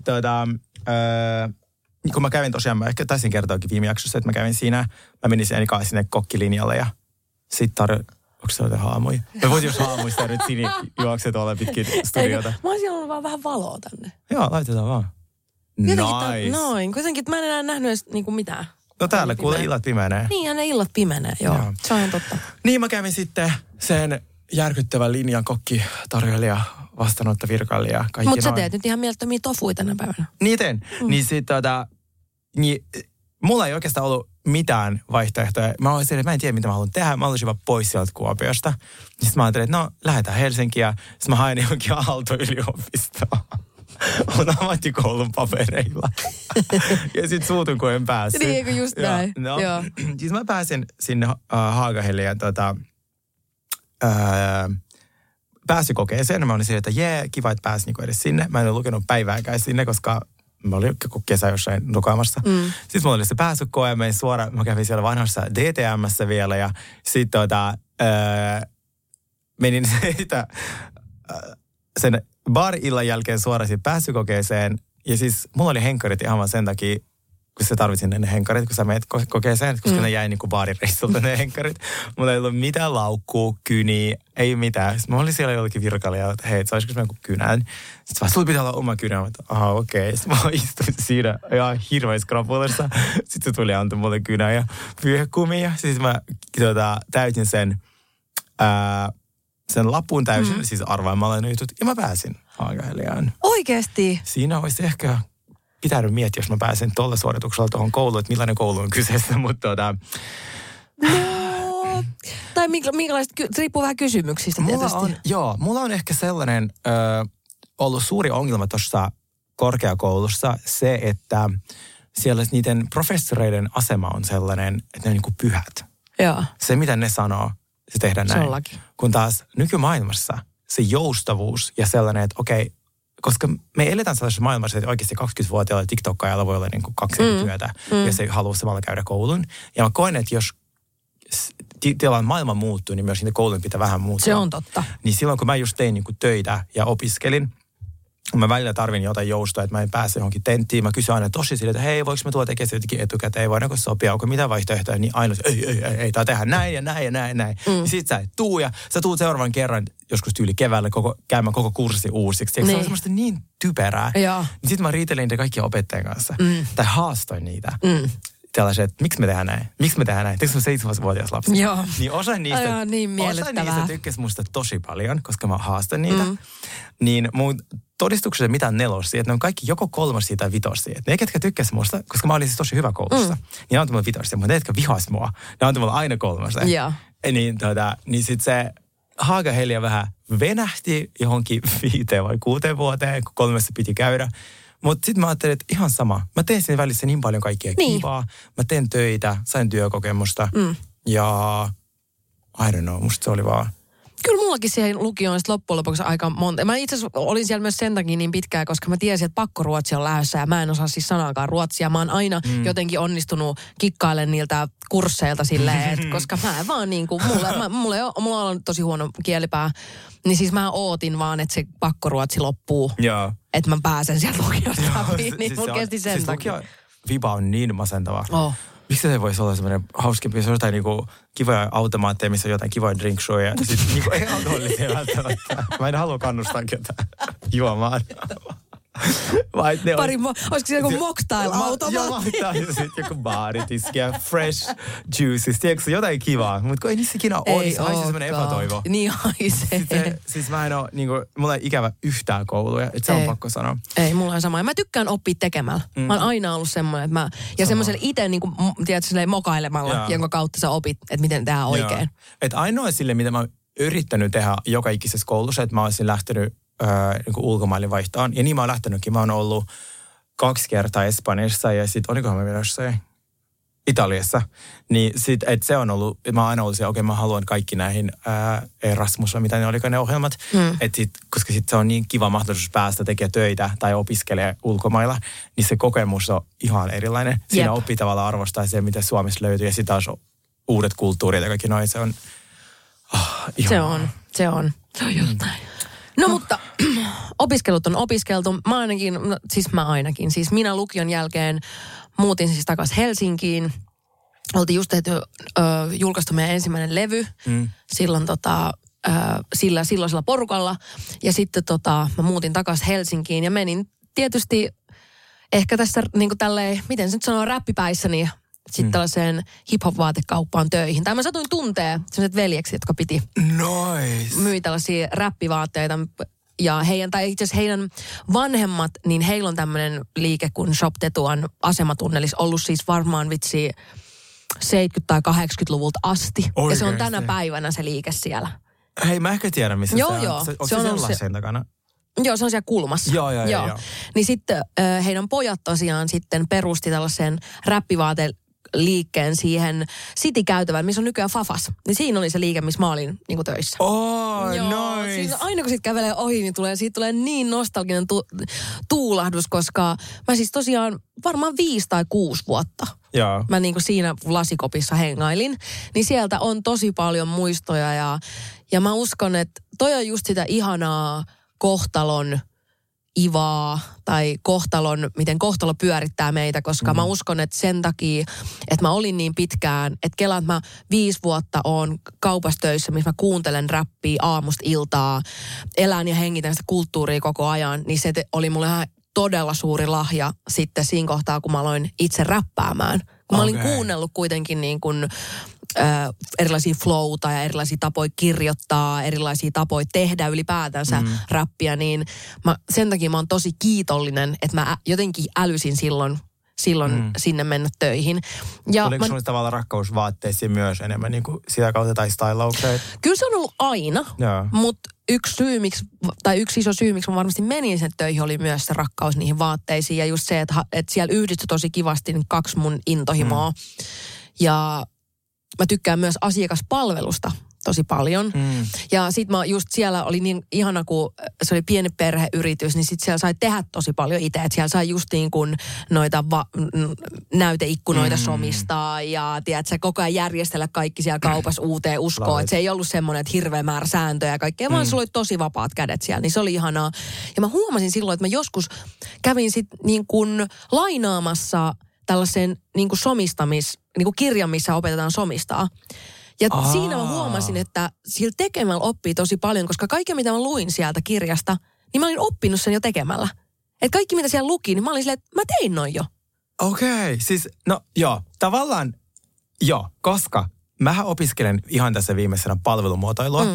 kun mä kävin tosiaan, mä ehkä taisin kertoakin viime jaksossa, että mä kävin siinä, mä menin sinne kokkilinjalle ja sitten onko se jotain haamuja? Mä voisin jos haamuista nyt Sini juoksee tuolla pitkin studiota. Mä olisin ollut vaan vähän valoa tänne. Joo, laitetaan vaan. Nice. Noin, kuitenkin mä en enää nähnyt edes niinku mitään. No täällä kuule illat pimenee. Niin, ne illat pimenee, joo. Se on ihan totta. Niin mä kävin sitten sen järkyttävän linjan kokkitarjoilija, vastaanottovirkailija, kaikki Mutta sä teet nyt ihan mielettömiä tofuja tänä päivänä. Niin teen. Niin sit niin mulla ei oikeastaan ollut mitään vaihtoehtoja. Mä olisin, että mä en tiedä, mitä mä haluan tehdä. Mä olisin vaan pois sieltä Kuopiosta. Sitten mä ajattelin, että no, lähdetään Helsinkiin. Sitten mä hain johonkin Aalto-yliopistoon. On ammattikoulun papereilla. Ja sit suutun, kun en päässyt. Niin, eikö just näin. No, siis mä pääsin sinne Haagahelle ja pääsykokeeseen. Mä olin siinä, että kiva, että pääsin niinku edes sinne. Mä en ole lukenut päivääkään sinne, koska mä olin kesä jossain nukaamassa. Sitten mulla oli se pääsykoe ja menin suoraan. Mä kävin siellä vanhassa DTM:ssä vielä ja sitten menin siitä sen bar-illan jälkeen suoraan siihen pääsykokeeseen. Ja siis mulla oli henkkarit ihan vaan sen takia, kun sä tarvitsin ne henkkarit, kun sä menet kokeeseen, koska ne jäi niinku baarireissulta ne henkkarit. Mulla ei ollut mitään laukkuu, kyniä, ei mitään. Sitten mä olin siellä jollekin virkailija, että hei, saisiko mä joku kynän? Sitten vaan, sulla pitää olla oma kynä. Että okei. Sitten mä istuin siinä ihan hirveässä krapulassa. Sitten se tuli antoi mulle kynä ja pyyhkumia. Sitten mä täytin sen lapun täysin, siis arvaamalla ne jutut, ja mä pääsin. Haagaheliaan. Oikeesti? Siinä olisi ehkä pitänyt miettiä, jos mä pääsen tuolla suorituksella tuohon kouluun, että millainen koulu on kyseessä, mutta No, tai minkälaiset, riippuu vähän kysymyksistä tietysti. Mulla on ehkä sellainen ollut suuri ongelma tuossa korkeakoulussa se, että siellä niiden professoreiden asema on sellainen, että ne on niin kuin pyhät. Joo. Se, mitä ne sanoo, se tehdään näin. Sellakin. Kun taas nykymaailmassa se joustavuus ja sellainen, että okei, koska me eletään sellaisessa maailmassa, että oikeasti 20-vuotiaalla TikTokkaajalla voi olla niin kuin 2 eri työtä, ja se haluaa samalla käydä koulun. Ja mä koen, että jos maailma muuttuu, niin myös niitä koulun pitää vähän muuttua. Se on totta. Niin silloin, kun mä just tein niin kuin töitä ja opiskelin, mä välillä tarvin jotain joustoa, että mä en pääse johonkin tenttiin. Mä kysyn aina tosi sille, että hei, voiko mä tuoda tekemään se jotenkin etukäteen, voidaanko sopia, onko mitä vaihtoehtoja, niin aina ei, tää tehdään näin ja näin ja näin. Ja sit sä et tuu ja sä tuut seuraavan kerran joskus tyyli keväällä käymään koko kurssi uusiksi. Eikö se on semmoista niin typerää? Niin sit mä riitelin niitä kaikkia opettajien kanssa. Tai haastoin niitä. Tällaiset, että miksi me tehdään näin? Teekö se 7-vuotias lapsi? Joo. Niin osa niistä tykkäsi musta tosi paljon, koska mä haastan niitä. Niin mun todistuksessa mitään 4, että ne on kaikki joko 3 tai 5. Että ne, ketkä tykkäsi musta, koska mä olin siis tosi hyvä koulussa, niin ne antoi mulle 5. Mutta ne, jotka vihasi mua, ne antoi mulle aina 3. Niin sit se Haagahelia vähän venähti johonkin 5 vai 6 vuoteen, kun 3 piti käydä. Mutta sitten mä ajattelin, että ihan sama. Mä tein siinä välissä niin paljon kaikkea kivaa. Mä teen töitä, sain työkokemusta. Ja I don't know, musta se oli vaan. Kyllä mullakin siihen lukioon sitten loppujen lopuksi aika monta. Mä itse asiassa olin siellä myös sen takia niin pitkään, koska mä tiesin, että pakkoruotsi on lähdössä ja mä en osaa siis sanaakaan ruotsia. Mä oon aina jotenkin onnistunut kikkailemaan niiltä kursseilta silleen, että koska mä en vaan niin kuin, mulla on tosi huono kielipää. Niin siis mä ootin vaan, että se pakkoruotsi loppuu. Joo. Että mä pääsen sieltä lukiosta läpi. Niin mulla kesti sen takia. Viba on niin masentava. Oh. Miksi se voisi olla semmoinen hauskempi, jos on jotain niinku kivoja automaatteja, missä on jotain kivoja drinkshowja. Ja sitten niinku ei alkoholisia välttämättä. Mä en halua kannustaa ketään juomaan. Olisiko se joku mocktail-automaatti? Joo, ja sitten joku baaritiski ja fresh juices. Tiedätkö, jotain kivaa. Mutta kun ei niissä ikinä ole, niin se haisee semmoinen epätoivo. Niin haisee. Siis mä en ole, niinku, mulla ei ikävä yhtään kouluja, että se on pakko sanoa. Ei, mulla on sama. Ja mä tykkään oppia tekemällä. Mä oon aina ollut semmoinen, että ja semmoisella itse, niinku, tiedätkö, silleen mokailemalla, jonka kautta sä opit, että miten tehdään oikein. Että ainoa sille, mitä mä oon yrittänyt tehdä joka ikisessä koulussa, että mä olisin lähtenyt niin ulkomaille vaihtaan. Ja niin mä oon lähtenytkin. Mä oon ollut 2 kertaa Espanjassa ja sitten olikohan mä menossa Italiassa. Niin sit, että se on ollut, mä oon aina ollut se, okei, mä haluan kaikki näihin Erasmus, mitä ne olikaan ne ohjelmat. Koska sitten se on niin kiva mahdollisuus päästä tekemään töitä tai opiskelee ulkomailla, niin se kokemus on ihan erilainen. Siinä oppii tavallaan arvostaa se, mitä Suomessa löytyy ja sitten taas uudet kulttuurit ja kaikki noin. Se on ihanaa. Se on jotain. No mutta opiskelut on opiskeltu. Siis minä lukion jälkeen muutin siis takaisin Helsinkiin. Oltiin just tehty, julkaistu meidän ensimmäinen levy silloin silloisella porukalla. Ja sitten mä muutin takaisin Helsinkiin ja menin tietysti ehkä tässä niin kuin tälleen, miten se nyt sanoo, räppipäissäni sitten tällaiseen hip-hop-vaatekauppaan töihin. Tai mä satuin tuntee sellaiset veljekset, jotka piti myi tällaisia räppivaatteita. Ja itse asiassa heidän vanhemmat, niin heillä on tämmöinen liike kuin Shop Tetuan asematunnelissa ollut siis varmaan 70- tai 80-luvulta asti. Oikeasti. Ja se on tänä päivänä se liike siellä. Hei, mä ehkä tiedän, missä se on. Joo. Onko se sellaisen takana? Joo, se on siellä kulmassa. Joo. Niin sitten heidän pojat tosiaan sitten perusti tällaisen räppivaateliikkeen siihen City-käytävään, missä on nykyään Fafas. Niin siinä oli se liike, missä mä olin niin kuin töissä. Nice. Siinä, aina kun siitä kävelee ohi, niin siitä tulee niin nostalginen tuulahdus, koska mä siis tosiaan varmaan 5 tai 6 vuotta. Joo. Mä niin kuin siinä lasikopissa hengailin. Niin sieltä on tosi paljon muistoja ja mä uskon, että toi on just sitä ihanaa kohtalon ivaa tai miten kohtalo pyörittää meitä, koska mä uskon, että sen takia, että mä olin niin pitkään, että kelaan, että mä 5 vuotta oon kaupassa töissä, missä mä kuuntelen räppiä aamusta iltaa, elän ja hengitän sitä kulttuuria koko ajan, niin se oli mulle ihan todella suuri lahja sitten siinä kohtaa, kun mä aloin itse räppäämään. Kun mä olin kuunnellut kuitenkin niin kuin erilaisia flowta ja erilaisia tapoja kirjoittaa, erilaisia tapoja tehdä ylipäätänsä räppiä, niin sen takia mä oon tosi kiitollinen, että mä jotenkin älysin silloin sinne mennä töihin. Ja oliko sinulla tavallaan rakkaus vaatteisiin myös enemmän niin kuin sitä kautta tai stylaukseen? Kyllä se on ollut aina, mutta yksi iso syy, miksi mä varmasti menin sen töihin, oli myös se rakkaus niihin vaatteisiin. Ja just se, että siellä yhdistyi tosi kivasti 2 mun intohimoa. Ja mä tykkään myös asiakaspalvelusta tosi paljon. Ja sit siellä oli niin ihana, kun se oli pieni perheyritys, niin sit siellä sai tehdä tosi paljon itse. Että siellä sai just niin kuin noita näyteikkunoita somistaa ja tiedätkö, koko ajan järjestellä kaikki siellä kaupassa uuteen uskoon. Että se ei ollut semmoinen, että hirveä määrä sääntöjä ja kaikkea, vaan sulla oli tosi vapaat kädet siellä. Niin se oli ihanaa. Ja mä huomasin silloin, että mä joskus kävin sit niin kuin lainaamassa tällaisen niin kuin niin kuin kirjan, missä opetetaan somistaa. Ja siinä mä huomasin, että sillä tekemällä oppii tosi paljon, koska kaikki mitä mä luin sieltä kirjasta, niin mä olin oppinut sen jo tekemällä. Että kaikki mitä siellä luki, niin mä olin silleen, että mä tein noin jo. Okei, siis tavallaan koska mähän opiskelen ihan tässä viimeisenä palvelumuotoilua.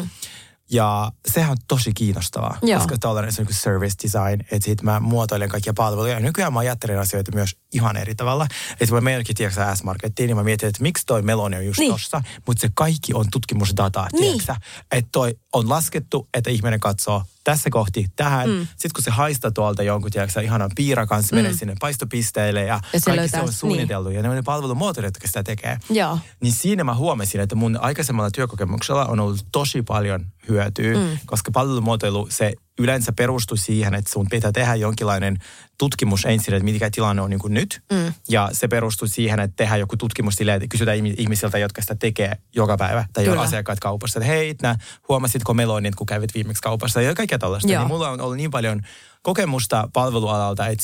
Ja sehän on tosi kiinnostavaa, koska tällainen se on service design, että sit mä muotoilen kaikkia palveluja. Ja nykyään mä ajattelen asioita myös ihan eri tavalla. Että mä menenkin, tiedätkö S-Markettiin, niin mä mietin, että miksi toi meloni on just tossa. Mutta se kaikki on tutkimusdataa, tiedätkö? Että toi on laskettu, että ihminen katsoo tässä kohti tähän. Sitten kun se haistaa tuolta jonkun, tiedätkö, ihanan piiran kanssa, menee sinne paistopisteille ja kaikki se on suunniteltu. Ja ne palvelumuotoilijat, jotka sitä tekee. Niin siinä mä huomasin, että mun aikaisemmalla työkokemuksella on ollut tosi paljon hyötyä, koska palvelumuotoilu se yleensä perustuu siihen, että sun pitää tehdä jonkinlainen tutkimus ensin, että mikä tilanne on niin kuin nyt. Ja se perustuu siihen, että tehdään joku tutkimus silleen, että kysytään ihmisiltä, jotka sitä tekee joka päivä. Tai asiakkaat kaupassa, että hei, huomasitko melonit, kun kävit viimeksi kaupassa. Ja kaikkea tällaista. Niin mulla on ollut niin paljon kokemusta palvelualalta, että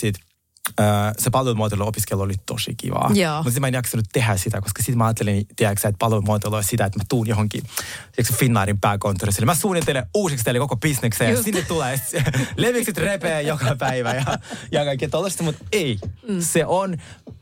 se palvelumuotoiluopiskelu oli tosi kivaa. Mutta sitten mä en jaksanut tehdä sitä, koska sitten mä ajattelin, tiedätkö, että palvelumuotoilu on sitä, että mä tuun johonkin Finnairin pääkonttorissa. Eli mä suunnittelen uusiksi teille koko bisneksen ja sinne tulee leviksit repee joka päivä ja kaikkea tollaista, mutta ei. Se on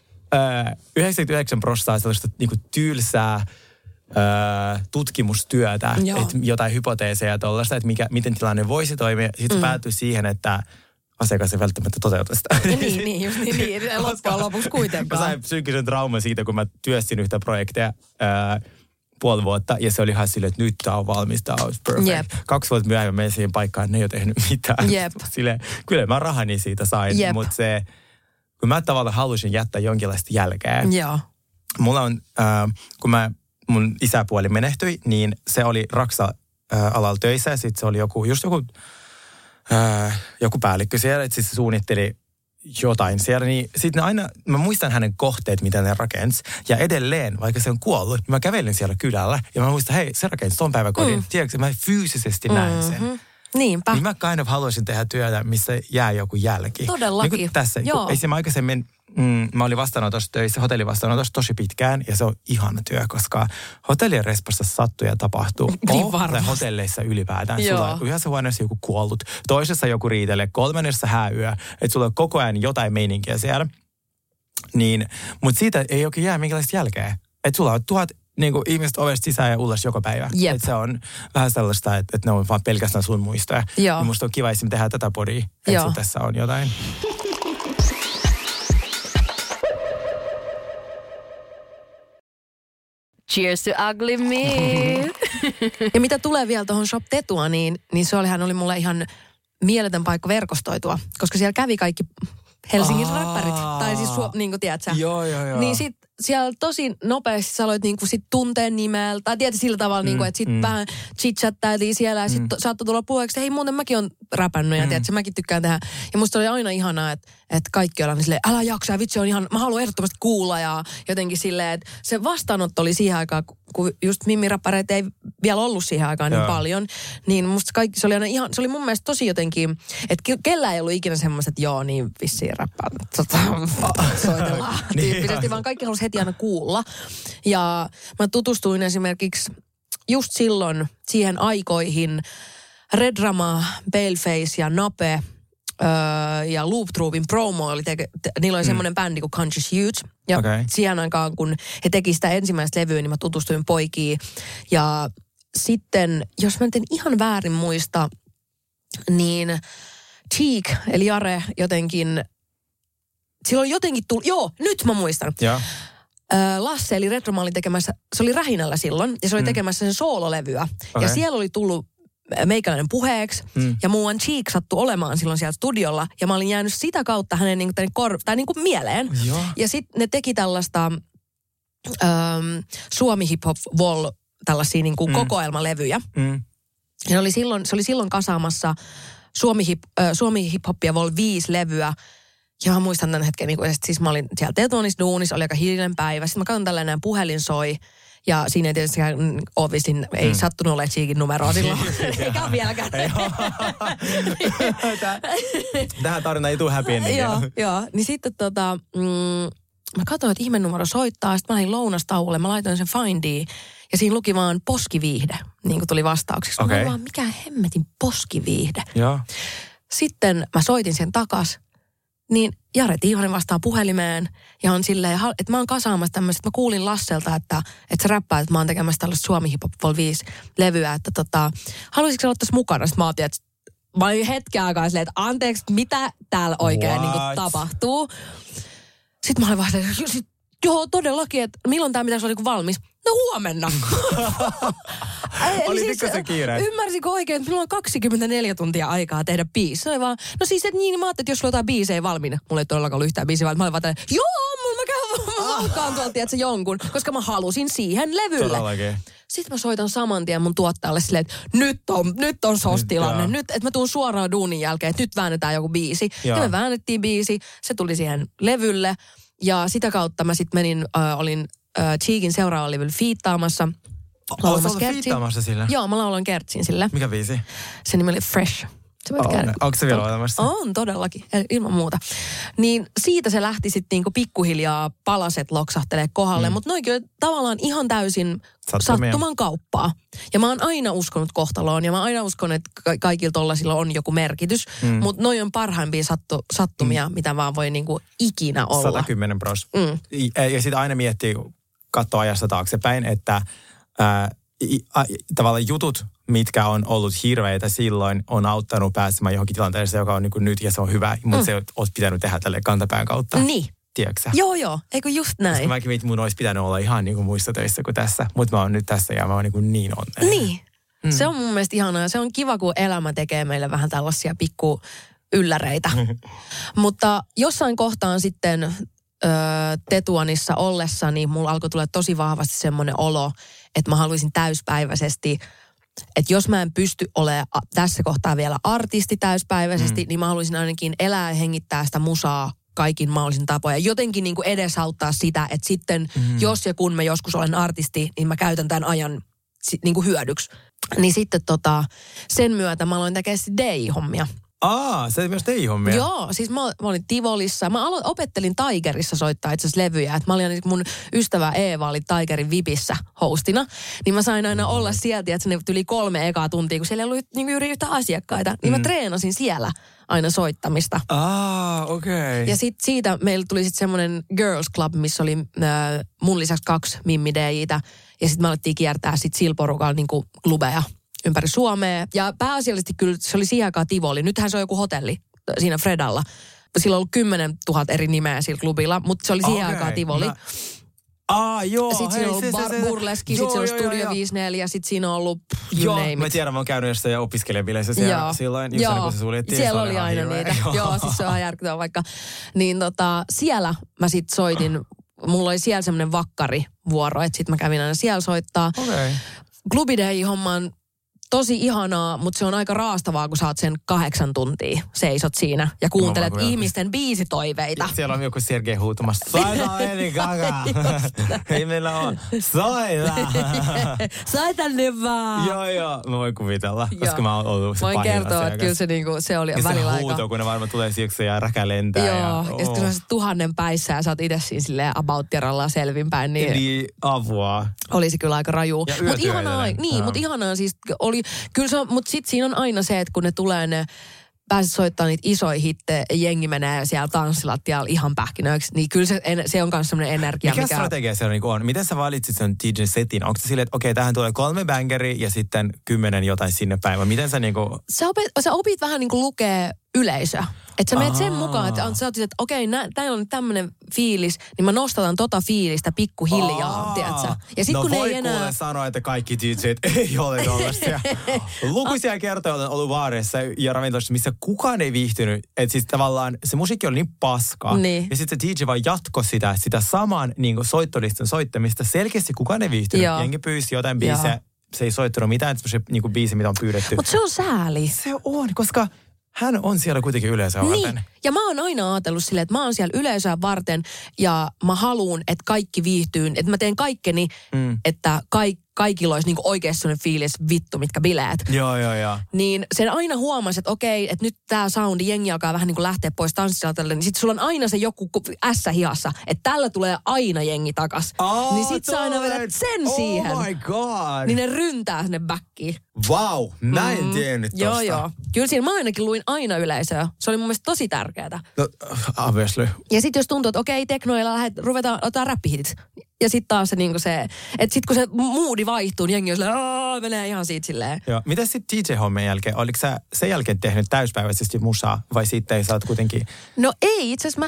99% sellaista niinku tylsää tutkimustyötä, että jotain hypoteeseja ja tollaista, että miten tilanne voisi toimia. Sitten päätyy siihen, että asiakas ei välttämättä toteuta sitä. Niin. Loppujen lopuksi kuitenkaan. Mä sain psyykkisen trauman siitä, kun mä työstin yhtä projektia puoli vuotta, ja se oli ihan silleen, että nyt tää on valmis, tää on perfect. 2 vuotta myöhemmin menin siihen paikkaan, ne ei ole tehnyt mitään. Silleen, kyllä mä rahani siitä sain, mutta se, kun mä tavallaan halusin jättää jonkinlaista jälkeä. Mulla on, kun mun isäpuoli menehtyi, niin se oli Raksa-alalla töissä, ja sitten se oli joku päällikkö siellä, että siis se suunnitteli jotain siellä, niin sitten aina, mä muistan hänen kohteet, mitä ne rakensi, ja edelleen, vaikka se on kuollut, niin mä kävelin siellä kylällä, ja mä muistan, hei, se rakensi ton päiväkodin, tiedätkö, mä fyysisesti näin sen. Niinpä. Niin mä kind of haluaisin tehdä työtä, missä jää joku jälki. Todellakin. Niin tässä, esimerkiksi aikaisemmin, mä olin vastaanotossa töissä, hotellivastaanotossa tosi pitkään, ja se on ihana työ, koska hotellien respassa sattuu ja tapahtuu. Tai hotelleissa ylipäätään. Sulla on yhdessä huoneessa joku kuollut, toisessa joku riitelee, 3. hääyö, että sulla on koko ajan jotain meininkiä siellä. Niin, mutta siitä ei oikein jää minkälaista jälkeä. Että sulla on 1000 niinku ihmiset ovesta sisään ja ulos joka päivä. Että se on vähän sellaista, että ne on vaan pelkästään sun muistoja. Ja musta on kiva esim. Tehdä tätä podia, että tässä on jotain. Cheers to ugly me. Ja mitä tulee vielä tuohon Shop Tetua, niin sehän oli mulle ihan mieletön paikka verkostoitua, koska siellä kävi kaikki Helsingin räppärit. Tai siis, niin kuin tiedät sä. Joo. Niin sit siellä tosi nopeasti sä aloit niinku sit tunteen nimeltä. Tai tiedät sillä tavalla, niinku, että sit vähän chit-chattailtiin siellä ja sit saattoi tulla puheeksi, että hei muuten mäkin on räpännyt ja tiedät, mäkin tykkään tehdä. Ja musta oli aina ihanaa, että kaikki ollaan silleen, älä jaksa, vitsi on ihan, mä haluan ehdottomasti kuulla ja jotenkin silleen, että se vastaanotto oli siihen aikaan, kun just mimmiräppäreitä ei vielä ollut siihen aikaan niin paljon, niin musta kaikki, se oli aina ihan, se oli mun mielestä tosi jotenkin, että kellään ei ollut ikinä semmoista, että joo, niin vissiin räppää, soitellaan tyyppisesti, vaan kaikki halusi heti aina kuulla. Ja mä tutustuin esimerkiksi just silloin siihen aikoihin Red Rama, Paleface ja Nape ja Loop Troopin promo niillä oli semmoinen bändi kuin Conscious Youth. Ja siihen aikaan, kun he teki sitä ensimmäistä levyä, niin mä tutustuin poikiin. Ja sitten, jos mä en ihan väärin muista, niin Cheek, eli Jare jotenkin, silloin jotenkin tuli, nyt mä muistan. Ja. Lasse, eli Retro, oli tekemässä, se oli Rähinällä silloin, ja se oli tekemässä sen soololevyä. Ja siellä oli tullut meikäläinen puheeksi, ja muuan Cheek sattui olemaan silloin siellä studiolla, ja mä olin jäänyt sitä kautta hänen mieleen. Ja sitten ne teki tällaista Suomi Hip Hop Vol, tällaisia kokoelmalevyjä. Ja se oli silloin kasaamassa Suomi Hip Hopia Vol 5 levyä. Ja mä muistan tämän hetken, siis mä olin siellä Tetonissa duunissa, oli aika hiljainen päivä. Sitten mä katson tällainen, puhelin soi. Ja siinä ei tietysti ei sattunut olemaan Cheekin numeroa silloin. Eikä ole vieläkään. Tähän tarinaan ei tule happy endingia. Joo. Niin sitten mä katsoin, että ihmenumero soittaa. Sitten mä lähdin lounastauolle. Mä laitoin sen Findiin. Ja siinä luki vaan poskiviihde, niin kuin tuli vastaukseksi. Mä olin vaan, mikä hemmetin poskiviihde. Joo. Sitten mä soitin sen takas. Niin Jare Tiihonen vastaa puhelimeen ja on silleen, että mä oon kasaamassa tämmöistä, että mä kuulin Lasselta, että sä räppää, että mä oon tekemässä tällaista Suomi Hip Hop Vol 5 levyä, että haluaisitko sä olla tässä mukana? Sitten mä otin, että mä olin hetken aikaa silleen, että anteeksi, mitä täällä oikein niin kuin tapahtuu? Sitten mä olin vaan silleen, joo todellakin, että milloin tää pitäisi olla niin valmis? No huomenna. Olisitko se kiire? Ymmärsinkö oikein, että minulla on 24 tuntia aikaa tehdä biisi? Se oli vaan, no siis, että niin, mä ajattelin, että jos sulla on jotain biisejä valmiina. Mulla ei todellakaan ollut yhtään biisiä valmiina. Mä olin vaan tälleen, mä valkkaan tuolta, tiedätkö, jonkun, koska mä halusin siihen levylle. Todellakin. Sitten mä soitan saman tien mun tuottajalle silleen, että nyt on SOS-tilanne. Nyt, että mä tuun suoraan duunin jälkeen, että nyt väännetään joku biisi. Ja me väännettiin biisi, se tuli siihen levylle. Ja sitä kautta mä sitten menin, olin Cheekin seuraavalla levyllä fiittaamassa. Oletko fiittaamassa sillä? Joo, mä laulan kertsin sille. Mikä biisi? Se nimi oli Fresh. Onko se vielä olemassa? On, todellakin. Ilman muuta. Niin siitä se lähti sitten niinku pikkuhiljaa palaset loksahtelee kohdalle. Mutta noi kyllä tavallaan ihan täysin sattuman kauppaa. Ja mä oon aina uskonut kohtaloon. Ja mä aina uskon, että kaikilla tollasilla on joku merkitys. Mutta noi on parhaimpia sattumia, mitä vaan voi niinku ikinä olla. 110%. Ja sitten aina miettii, katsoo ajassa taaksepäin, että tavallaan jutut, mitkä on ollut hirveitä silloin, on auttanut pääsemään johonkin tilanteeseen, joka on niin kuin nyt ja se on hyvä, mutta se olisi pitänyt tehdä tälle kantapään kautta. Niin. Tiedätkö? Joo, eikö just näin. Koska mäkin mietin, mun olisi pitänyt olla ihan niin kuin muissa töissä kuin tässä, mutta mä oon nyt tässä ja mä oon niin onnellinen. Niin. Se on mun mielestä ihanaa. Se on kiva, kun elämä tekee meille vähän tällaisia pikku ylläreitä. Mutta jossain kohtaan sitten Tetuanissa ollessa, niin mulla alkoi tulla tosi vahvasti semmoinen olo, että mä haluaisin täyspäiväisesti, että jos mä en pysty olemaan tässä kohtaa vielä artisti täyspäiväisesti, niin mä haluaisin ainakin elää ja hengittää sitä musaa kaikin mahdollisin tapoja. Jotenkin niin kuin edesauttaa sitä, että sitten jos ja kun mä joskus olen artisti, niin mä käytän tämän ajan niin kuin hyödyksi. Niin sitten sen myötä mä aloin tekemään DJ-hommia. Se myös DJ-hommia? Joo, siis mä olin Tivolissa. Mä opettelin Tigerissa soittaa itse asiassa levyjä. Et mä olin mun ystävä Eeva oli Tigerin Vipissä hostina. Niin mä sain aina olla sieltä, että se yli 3 ekaa tuntia, kun siellä ei ollut niin juuri yhtä asiakkaita. Niin mä treenasin siellä aina soittamista. Okei. Ja sitten siitä meillä tuli sitten semmoinen Girls Club, missä oli mun lisäksi 2 mimmi-DJ:tä. Ja sitten me alettiin kiertää sitten sillä porukalla niinku klubeja ympäri Suomea. Ja pääasiallisesti kyllä se oli siihen aikaan Tivoli. Nythän se on joku hotelli siinä Fredalla. Sillä on ollut 10 000 eri nimeä sillä klubilla, mutta se oli siihen aikaan Tivoli. Joo. Sitten siinä on ollut Burleski, sitten siinä on Studio 54, sitten siinä on ollut mä tiedän, mä oon käynyt jossain opiskelijabileissä siellä silloin, just kun se suljettiin. Siellä oli aina niitä. Joo, siis se on ihan järkyttävä vaikka. Niin siellä mä sitten soitin, mulla oli siellä semmoinen vakkarivuoro, että sitten mä kävin aina siellä soittaa. Klubi DJ-homma on tosi ihanaa, mutta se on aika raastavaa, kun saat sen 8 tuntia seisot siinä ja kuuntelet ihmisten biisitoiveita. Siellä on joku Sergei huutamassa, soita Lady Gaga. Ei meillä ole, soita. Soita nyt vaan. Joo, mä voin kuvitella, koska mä oon ollut se pahin asiakas. Voin kertoa, että kyllä se oli välillä aika. Ja se huuto, kun ne varmaan tulee siksi ja räkä lentää. Joo, ja sitten kun se 1000 päissä ja sä oot itse siinä silleen about-tirallaan selvinpäin, niin apua. Olisi kyllä aika raju. Mutta ihanaa siis oli, kyllä se on, mutta sitten siinä on aina se, että kun ne tulee ne pääset soittamaan niitä isoja hittejä, jengi menee siellä tanssilattialla ihan pähkinöiksi, niin kyllä se on myös semmoinen energia, mikä strategia se on? Miten sä valitsit sen DJ-setin? Onko se silleen, että okei, tähän tulee 3 bangeri ja sitten 10 jotain sinne päin? Miten sä niinku... Sä opit vähän niinku lukee yleisöä. Että sä menet sen mukaan, että sä oot, että okei, täällä on tämmöinen fiilis, niin mä nostatan tota fiilistä pikkuhiljaa, tiedätkö? Ja sit, no kun voi ei enää... sanoa, että kaikki DJt ei ole tollaisia. Lukuisia kertoja olen ollut baareissa ja ravintolassa, missä kukaan ei viihtynyt. Että siis tavallaan se musiikki oli niin paskaa. Niin. Ja sitten se DJ vaan jatkoi sitä saman niin soittolistan soittamista. Selkeästi kukaan ei viihtynyt. Jengi pyysi jotain biisiä. Se ei soittanut mitään niin biisiä, mitä on pyydetty. Mutta se on sääli. Se on, koska... Hän on siellä kuitenkin yleisöä varten. Niin, ja mä oon aina ajatellut silleen, että mä oon siellä yleisöä varten ja mä haluun, että kaikki viihtyy. Että mä teen kaikkeni, että kaikilla olisi niinku oikeasti sellainen fiilis, vittu, mitkä bileet. Joo. Niin sen aina huomasi, että okei, että nyt tää soundi, jengi alkaa vähän niin kuin lähteä pois tanssilatelle. Niin sit sulla on aina se joku ässä hihassa, että tällä tulee aina jengi takas. Niin sit sä aina vedät sen siihen. Oh my god. Niin ne ryntää sinne backiin. Wow, mä en tiennyt tosta. Joo. Kyllä siinä mä ainakin luin aina yleisöä. Se oli mun mielestä tosi tärkeää. No, obviously. Ja sit jos tuntuu, että okei, teknoilla ruvetaan ottaa räppihitit. Ja sit taas se niinku se, että sit kun se moodi vaihtuu, niin jengi on silleen, menee ihan siitä silleen. Joo. Mitä sit DJ-hommien jälkeen? Oliko sä sen jälkeen tehnyt täyspäiväisesti musaa vai sitten sä oot kuitenkin? No ei, itse asiassa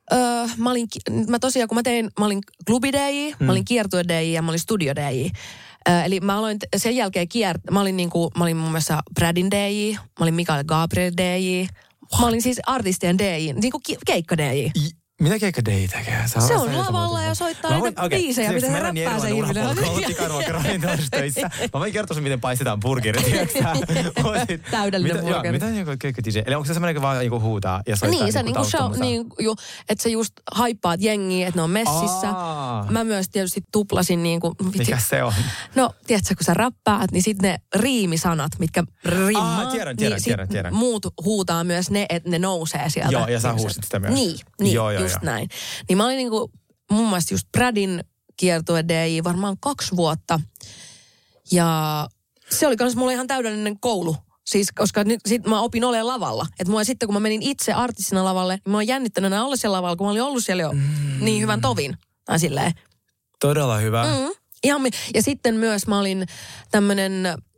mä tosiaan, kun mä olin klubi-DJ, mä olin kiertue-DJ ja mä olin studio-DJ. Eli mä aloin sen jälkeen mä olin mun mielestä Bradin DJ, mä olin Mikael Gabriel DJ. Mä olin siis artistien DJ, niinku keikka-DJ. Mitä keikka DJ tekee? Se on lavalla ja soittaa niitä biisejä, mitä se räppää se ihminen. Mä voin kertoa sun, miten paistetaan burgerit. Täydellinen burgeri. Mitä keikka DJ? Eli onko se semmoinen, joka vaan niinku huutaa ja soittaa että sä just haippaat jengiä, että ne on messissä. Mä myös tietysti tuplasin niinku... Mikä se on? No, tiedätkö, kun sä räppäät, niin sitten ne riimisanat, mitkä rimmaa. Tiedän. Muut huutaa myös ne, että ne nousee sieltä. Joo, ja sä huusit sitä myös. Niin. Just näin. Niin mä olin niinku mun mielestä just Bradin kiertue DJ varmaan 2 vuotta. Ja se oli kans mulle ihan täydellinen koulu. Siis koska sit mä opin olemaan lavalla. Että mua sitten kun mä menin itse artistina lavalle, niin mä oon jännittänyt enää olla siellä lavalla, kun mä olin ollut siellä jo niin hyvän tovin. Tai silleen. Todella hyvä. Ja sitten myös mä olin tämmönen...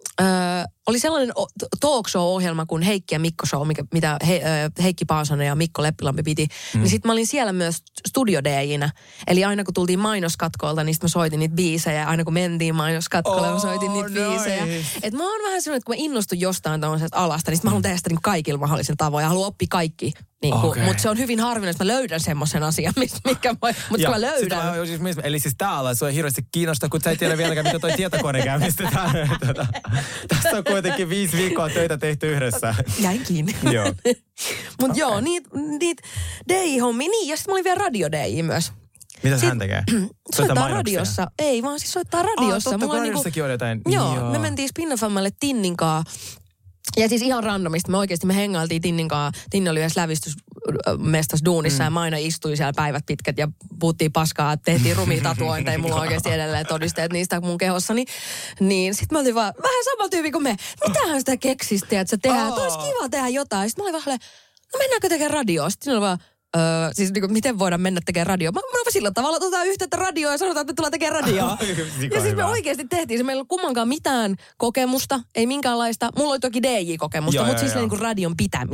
oli sellainen talk show-ohjelma kuin Heikki ja Mikko show, mitä Heikki Paasonen ja Mikko Leppilampi piti. Niin sitten mä olin siellä myös studio-DJinä. Eli aina kun tultiin mainoskatkoilta, niin mä soitin niitä biisejä. Aina kun mentiin mainoskatkoille, mä soitin niitä biisejä. Et mä oon vähän sellainen, että kun mä innostun jostain tämmöisestä alasta, niin mä haluan tehdä sitä niin kaikilla mahdollisilla tavoin. Ja haluan oppia kaikki. Mutta se on hyvin harvinaista, että mä löydän semmoisen asian, mutta kun mä löydän. Eli siis tää ala, sua ei hirveästi kiinnosta, kun sä ei tiedä vieläkään, mitä toi tietokone käynnistetään. Tästä on kuitenkin 5 viikkoa töitä tehty yhdessä. Jäin kiinni. Joo. Mut joo, niitä DJ-hommia. Niin, ja sitten mä olin vielä radio-DJ myös. Mitä hän tekee? Soittaa radiossa. Ei, vaan siis soittaa radiossa. Totta, kun radiossakin on jotain. Joo, me mentiin Spinnafammalle Tinninkaan. Ja siis ihan randomista. Me hengailtiin Tinninkaan. Tinni oli yhdessä lävistysmestas duunissa ja mä aina istuin siellä päivät pitkät ja puhuttiin paskaa. Tehtiin rumia tatuointeja. Mulla on oikeasti edelleen todisteet niistä mun kehossani. Niin sit mä olin vaan vähän sama tyyppi kuin me. Mitähän sitä keksistä, että sä tehdään? Olisi kiva tehdä jotain. Sitten mä olin vähän, no mennäänkö tekemään radioa? Sitten oli vaan, siis niin kuin, miten voidaan mennä tekemään radioa? Mä sillä tavalla otetaan yhteyttä radioon ja sanotaan, että me tullaan tekemään radioa. Ja siis me oikeasti tehtiin se. Meillä ei ollut kummankaan mitään kokemusta, ei minkäänlaista. Mulla oli toki DJ-kokemusta, mutta siis niin kuin radion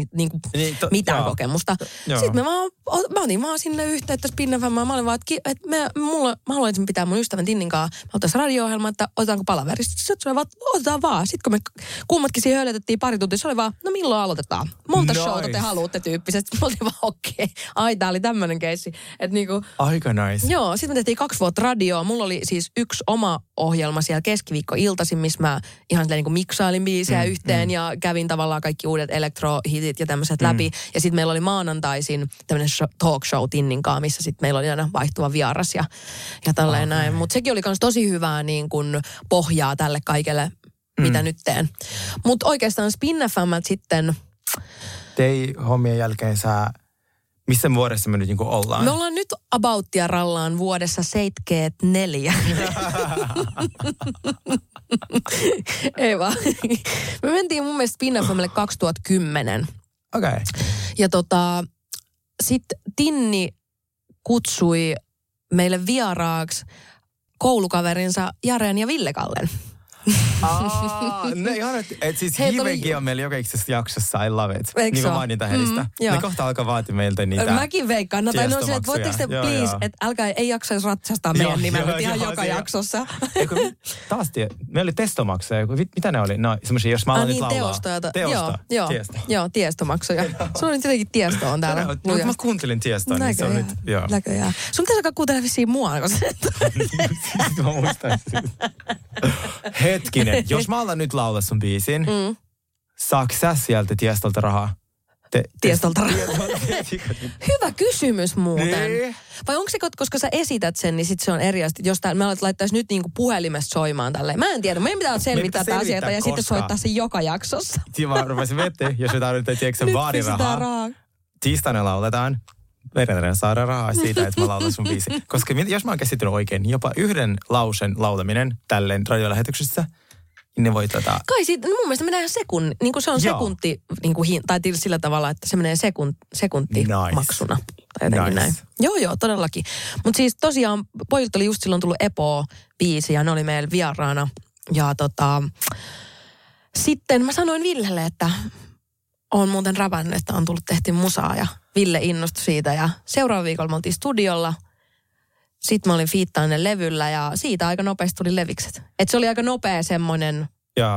mitään kokemusta. Sitten mä otin vaan sinne yhteyttä Spinnafammaan. Mä olin vaan, että mä haluan, että me pitää mun ystävän Tinninkaan. Mä ottaisin radio-ohjelma, että otetaanko palaverista. Sitten se oli vaan, otetaan vaan. Sitten kun me kummatkin siihen höljötettiin pari tuntia, se oli vaan, no milloin aloitetaan? Monta showta te haluatte tyyppisesti. Mä olin vaan, okei. Ai, tää oli tämmönen keissi. Niinku, aika nice. Joo, sitten me tehtiin 2 vuotta radioa. Mulla oli siis yksi oma ohjelma siellä keskiviikko-iltaisin, missä mä ihan niin kuin miksailin biisejä yhteen ja kävin tavallaan kaikki uudet elektrohitit ja tämmöiset läpi. Ja sitten meillä oli maanantaisin tämmönen talk show Tinninkaan, missä sitten meillä oli aina vaihtuva vieras ja tälleen näin. Mutta sekin oli kans tosi hyvää niin kuin pohjaa tälle kaikelle, mitä nyt teen. Mutta oikeastaan Spinnafammat sitten... hommien jälkeen missä vuodessa me nyt niin kuin ollaan? Me ollaan nyt abouttia rallaan vuodessa 74. Ei vaan. Me mentiin mun mielestä Spinnafamille 2010. Okei. Okay. Ja sitten Tinni kutsui meille vieraaksi koulukaverinsa Jaren ja Ville-Kallen. Ne ihan, että siis Hiivenkin on meillä jokaisessa jaksossa, I love it. Niin kuin mainita heistä. Ne kohta alkaa vaatia meiltä niitä mäkin veikkaan. Tai no se, että voitteko te please, että älkää, ei jaksaisi ratsastaa meidän nimellä ihan joka jaksossa. Taas meillä oli testomaksuja. Mitä ne oli? No semmoisia, jos mä alan nyt laulaa. Teosta. Joo, tiestomaksuja. Sulla on nyt jotenkin Tiesto on täällä. Mä kuuntelin Tiestoa, niin se on nyt, joo. Näköjään. Sun pitäisi alkaa kuuntella vissiin mua, koska mä muistan Hetkinen, jos mä alan nyt laulaa sun biisin, saaks sä sieltä Tiestolta rahaa? Tiestolta rahaa? Hyvä kysymys muuten. Nee. Vai onko se, koska sä esität sen, niin sit se on eri asia. Jos me laittaisi nyt niinku puhelimesta soimaan tälleen. Mä en tiedä, meidän pitää selvittää tätä asiaa ja sitten soittaa sen joka jaksossa. Mä rupesin miettimään, jos me tarvitaan, tiedätkö vaarirahaa. Tiistaina lauletaan. Meidän saada rahaa siitä, että mä laulan sun biisi. Koska jos mä oon käsittänyt oikein, niin jopa yhden lausen laulaminen tälleen radiolähetyksessä, niin ne voi Kai siitä, mun mielestä menee sekunti, niin kuin se on sekunti, niin kuin tai sillä tavalla, että se menee sekuntimaksuna. Tai jotenkin näin. Joo, todellakin. Mutta siis tosiaan pojilta oli just silloin tullut Epo-biisi ja ne oli meillä vieraana. Ja sitten mä sanoin Villelle, että on muuten räpännyt, että on tullut tehty musaa ja Ville innostui siitä ja seuraava viikolla me oltiin studiolla. Sitten mä olin fiittainen levyllä ja siitä aika nopeasti tuli levikset. Että se oli aika nopea semmoinen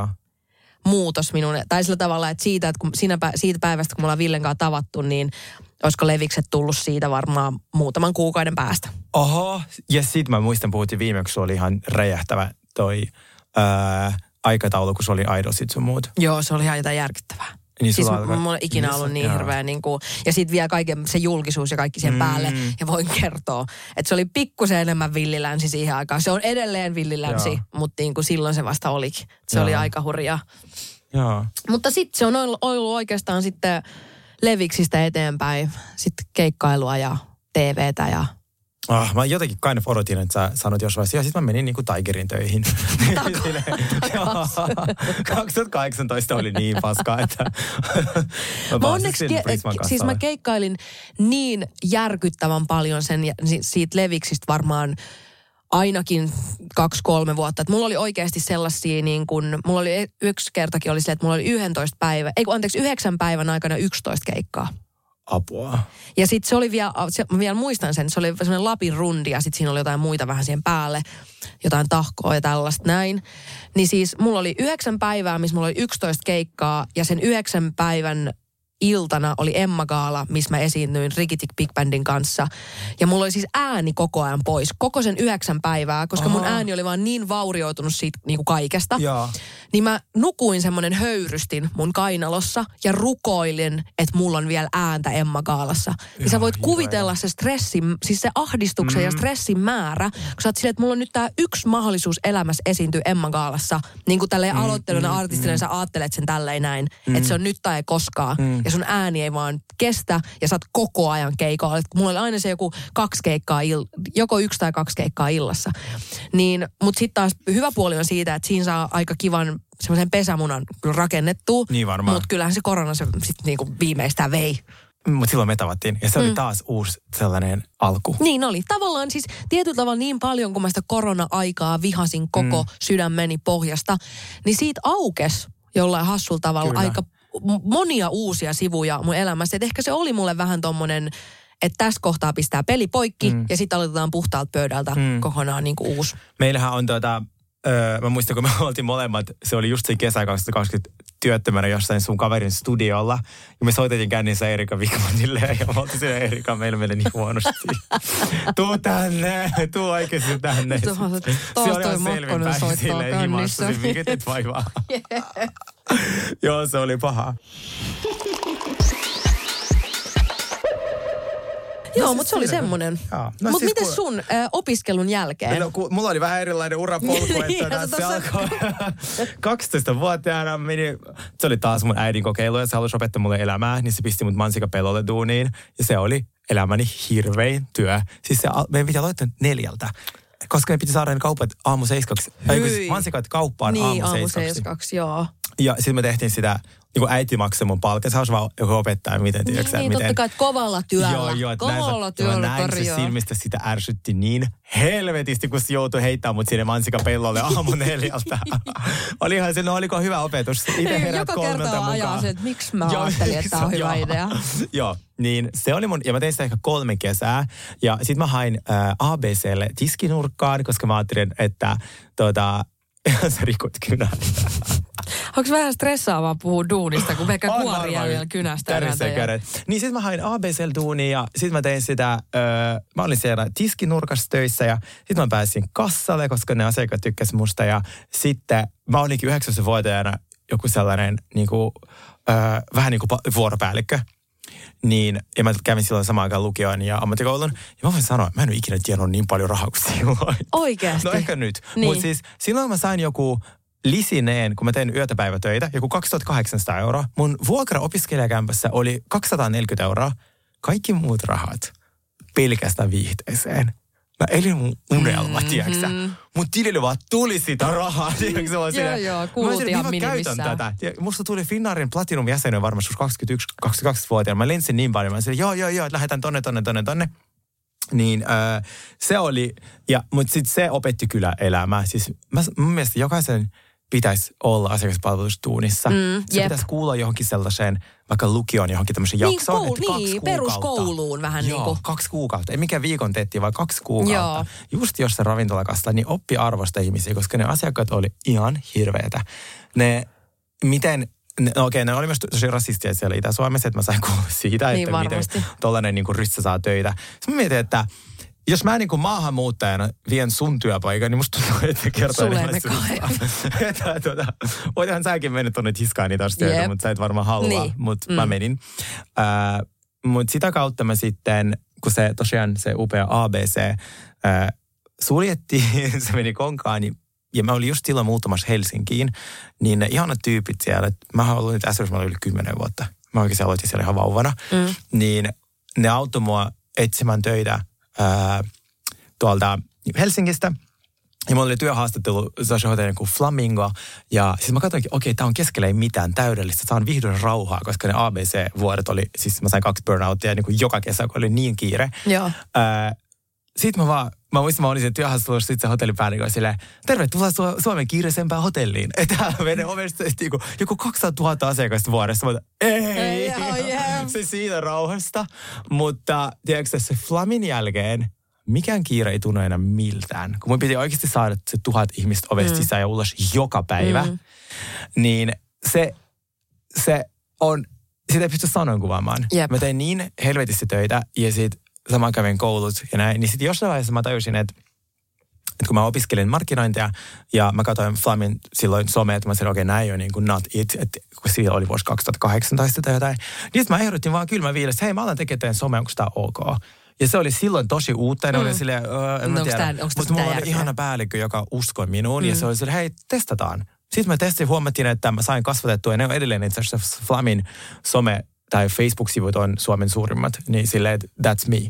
muutos minun, tai sillä tavalla, että siitä päivästä, kun me ollaan Villen kanssa tavattu, niin olisiko levikset tullut siitä varmaan muutaman kuukauden päästä. Oho, ja sit mä muistan, puhuttiin viimeksi, se oli ihan räjähtävä toi aikataulu, kun se oli Idolsit sun muut. Joo, se oli ihan jotain järkyttävää. Niin siis mulla on ikinä ollut niin hirveä ja sit vielä kaiken se julkisuus ja kaikki sen päälle. Ja voin kertoa, että se oli pikkusen enemmän villilänsi siihen aikaan. Se on edelleen villilänsi, mutta niin kuin silloin se vasta olikin. Se oli aika hurjaa. Mutta sitten se on ollut oikeastaan sitten leviksistä eteenpäin. Sitten keikkailua ja TVtä ja... Mä jotenkin kind of odotin, että sä sanot jossain vaiheessa, ja sitten mä menin niinku Tigerin töihin. 2018 oli niin paskaa, että mä onneksi siis mä keikkailin niin järkyttävän paljon siitä leviksistä varmaan ainakin 2-3 vuotta. Että mulla oli oikeasti sellaisia niin kuin, mulla oli yksi kertakin oli silleen, että mulla oli 9 päivän aikana 11 keikkaa. Apua. Ja sitten se oli mä vielä muistan sen, se oli semmoinen Lapin rundi ja sitten siinä oli jotain muita vähän siihen päälle, jotain tahkoa ja tällaista näin. Niin siis mulla oli 9 päivää, missä mulla oli 11 keikkaa ja sen 9 päivän iltana oli Emma-gaala, missä mä esiinnyin Rikitik Big Bandin kanssa. Ja mulla oli siis ääni koko ajan pois, koko sen 9 päivää, koska mun ääni oli vaan niin vaurioitunut siitä niin kuin kaikesta. Ja. Niin mä nukuin semmoinen höyrystin mun kainalossa ja rukoilin, että mulla on vielä ääntä Emma-gaalassa. Niin sä voit kuvitella se stressin, siis se ahdistuksen ja stressin määrä, kun sä oot silleen, että mulla on nyt tää yksi mahdollisuus elämässä esiintyä Emma-gaalassa. Niin kuin tälleen aloitteluna artistina sä ajattelet sen tälleen näin, että se on nyt tai ei koskaan. Ja sun ääni ei vaan kestä ja sä oot koko ajan keikalla. Mulla oli aina se joku 2 keikkaa, joko 1 tai 2 keikkaa illassa. Niin, mutta sitten taas hyvä puoli on siitä, että siinä saa aika kivan semmoisen pesämunan rakennettua. Niin varmaan. Mutta kyllähän se korona se sitten niinku viimeistään vei. Mutta silloin me tavattiin ja se oli taas uusi sellainen alku. Niin oli. Tavallaan siis tietyllä tavalla niin paljon, kun mä sitä korona-aikaa vihasin koko sydämeni pohjasta, niin siitä aukesi jollain hassulla tavalla aika monia uusia sivuja mun elämässä. Et ehkä se oli mulle vähän tommonen, että tässä kohtaa pistää peli poikki ja sitten aloitetaan puhtaalta pöydältä kokonaan niinku uusi. Meillähän on mä muistan, kun me oltiin molemmat, se oli just se kesä 2020 työttömänä jossain sun kaverin studiolla. Ja me soitettiin kännissä Erika Wigmanille ja me oltiin siellä Erika, meillä meni niin huonosti. Tuu tänne, tuu oikeasti tänne. Se oli ihan selvinpäin silleen himastusin, mikä teet vaivaa. Joo, se oli paha. Joo, mutta se oli semmoinen. No, mutta miten sun opiskelun jälkeen? No, mulla oli vähän erilainen urapolku, että se alkoi 12-vuotiaana. Se oli taas mun äidin kokeilu, ja se halusi opettaa mulle elämää, niin se pisti mut mansikapellolle duuniin. Ja se oli elämäni hirvein työ. Siis meidän piti aloittaa 4, koska me piti saada ne kaupat aamu 7. Mansikat kauppaan niin, aamu 7. Joo. Ja sitten me tehtiin sitä niin äiti maksoi mun palkan. Se olisi vaan joku opettaja, miten tiedätkö niin, miten. Totta kai, että kovalla työllä. Joo, kovalla työllä näin se silmistä sitä ärsytti niin helvetisti, kun se joutui heittämään mut sinne mansikapellolle aamu 4. Olihan se, oliko hyvä opetus. Itse herät 3 joka kerta ajaa se, että miksi mä ajattelin, että tämä on hyvä idea. Joo, niin se oli mun, ja mä tein sitä ehkä 3 kesää. Ja sit mä hain ABClle tiskinurkkaan, koska mä ajattelin, että sä rikot kynän. Onko vähän stressaavaa puhua duunista, kun Pekka kuori jäljellä kynästä? Niin sit mä hain ABCL-duunia ja sit mä tein sitä, mä olin siellä tiskinurkassa töissä ja sit mä pääsin kassalle, koska ne asiakkaat tykkäs musta. Ja sitten mä olinkin 9-vuotiaana joku sellainen niinku, vähän niin kuin vuoropäällikkö. Niin, ja mä kävin silloin samaan aikaan lukioon ja ammattikoulun. Ja mä voin sanoa, että mä en ole ikinä tiennyt niin paljon rahaa kuin silloin. Oikeasti? No ehkä nyt. Niin. Mutta siis silloin mä sain joku lisineen, kun mä tein yötäpäivätöitä, joku 2800 €. Mun vuokra opiskelijakämpässä oli 240 €. Kaikki muut rahat pelkästään viihteeseen. Mä elin mun unelma, tiedätkö? Mun tilille vaan tuli sitä rahaa, tiedätkö? Joo, kuulut ihan minimissään. Käytän tätä. Ja musta tuli Finnairin Platinum-jäsenen varmaan 21-22-vuotiaana. Mä lensin niin paljon. Mä sanoin, joo, että lähdetään tonne. Niin se oli, mutta sitten se opetti kyllä elämää. Siis mun mielestä jokaisen pitäisi olla asiakaspalvelustuunissa. Se pitäisi kuulla johonkin sellaiseen, vaikka lukioon johonkin tämmöisen jaksoon. Niin, peruskouluun vähän niin kuin. 2 kuukautta. Ei mikään viikon teetti, vaan 2 kuukautta. Joo. Just jos se ravintolakasta, niin oppi arvosta ihmisiä, koska ne asiakkaat oli ihan hirveätä. Ne oli myös tosi rasistia siellä Itä-Suomessa, että mä sain kuulla siitä, niin että miten tollainen niin kuin ryssä saa töitä. Sitten mä mietin, että jos mä niin kuin maahanmuuttajana vien sun työpaikan, niin musta tuntuu, että kertoo enemmän susta. Voithan säkin mennyt tonne tiskaan niitä töitä, mutta sä et varmaan halua, niin. Mutta mä menin. Mutta sitä kautta mä sitten, kun se tosiaan se upea ABC suljettiin, se meni konkaan, ja mä olin just silloin muutamassa Helsinkiin, niin ne ihanat tyypit siellä, mä oon ollut nyt SRS, mä olin yli 10 vuotta. Mä oikeasti aloitin siellä ihan vauvana. Niin ne auttoi mua etsimään töitä tuolta Helsingistä. Ja mulla oli työhaastattelu sellaisen hotellin kuin Flamingo. Ja siis mä katsoinkin, okei, tää on keskellä ei mitään täydellistä. Saan vihdoin rauhaa, koska ne ABC-vuodet oli, siis mä sain 2 burnoutia niin kuin joka kesä, kun oli niin kiire. Joo. Sitten mä muistin, mä olin sen työhaastattelussa, sitten se hotellipäällikkö silleen, tervetuloa Suomen kiireisempään hotelliin. Täällä menee ovesta joku 200 000 asiakasta vuodessa. Mä ei, se siitä rauhasta. Mutta tiedätkö, se Flamin jälkeen mikään kiire ei tunnu enää miltään. Kun mun piti oikeasti saada se 1000 ihmistä ovesta sisään ja ulos joka päivä, niin se on, sitä ei pysty sanoin kuvaamaan. Jep. Mä tein niin helvetisti töitä ja sit samaan kävin koulut ja näin. Niin sitten jossain vaiheessa mä tajusin, että kun mä opiskelin markkinointia ja mä katsoin Flamin silloin somea, että mä sanoin, okei, näin on niin kuin not it, että kun siellä oli vuosi 2018 tai jotain. Niin sitten mä ehdotin vaan kylmä viilessä, hei mä alan tekemään somea, onko tää ok? Ja se oli silloin tosi uutta ja ne oli silleen, en mä tiedä. Mutta mulla oli ihana päällikkö, joka uskoi minuun ja se oli silleen, hei testataan. Sitten mä testin, huomattiin, että mä sain kasvatettua ja ne on edelleen itse asiassa Flamin some tai Facebook-sivut on Suomen suurimmat, niin silleen, että that's me.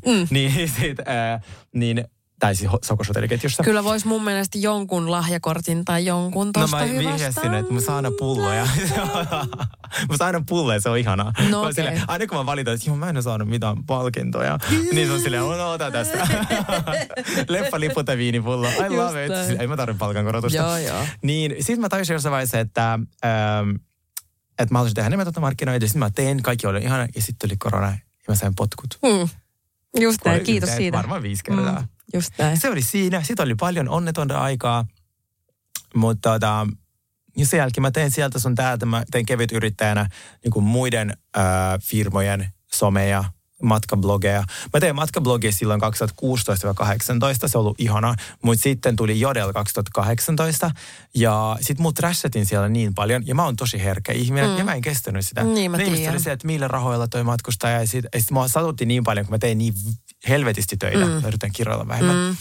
Tai siis Sokos-hotelliketjussa. Kyllä voisi mun mielestä jonkun lahjakortin tai jonkun tosta hyvästä. No mä vihjasin, että mä saan aina pulloja. Mä saan aina pulloja, se on ihanaa. No okei. Okay. Aina kun mä valitan, että mä en ole saanut mitään palkintoja, niin se on silleen, ota tästä. Leffa, tai viinipullo. I love it. Ei mä tarvitse palkankorotusta. Joo. Niin sit mä tajusin jossain vaiheessa, että mä haluaisin tehdä nimeltä markkinoita, ja sitten mä tein, kaikki oli ihana, ja sitten tuli korona, ja mä sain potkut. Just näin, kiitos siitä. Varmaan 5 kertaa. Just näin. Se oli siinä, sitten oli paljon onnetonta aikaa, mutta ja sen jälkeen mä tein sieltä sun täältä, mä tein kevytyrittäjänä niin kuin muiden firmojen someja, matkablogeja. Mä tein matkablogia silloin 2016-2018, se on ollut ihana, mutta sitten tuli Jodel 2018 ja sit mut trashatin siellä niin paljon ja mä oon tosi herkkä ihminen ja mä en kestänyt sitä. Niin mä tiedän. Oli se, että millä rahoilla toi matkustaja ja sit mua satutti niin paljon, kun mä tein niin helvetisti töitä. Mä yritän kiroilla vähemmän.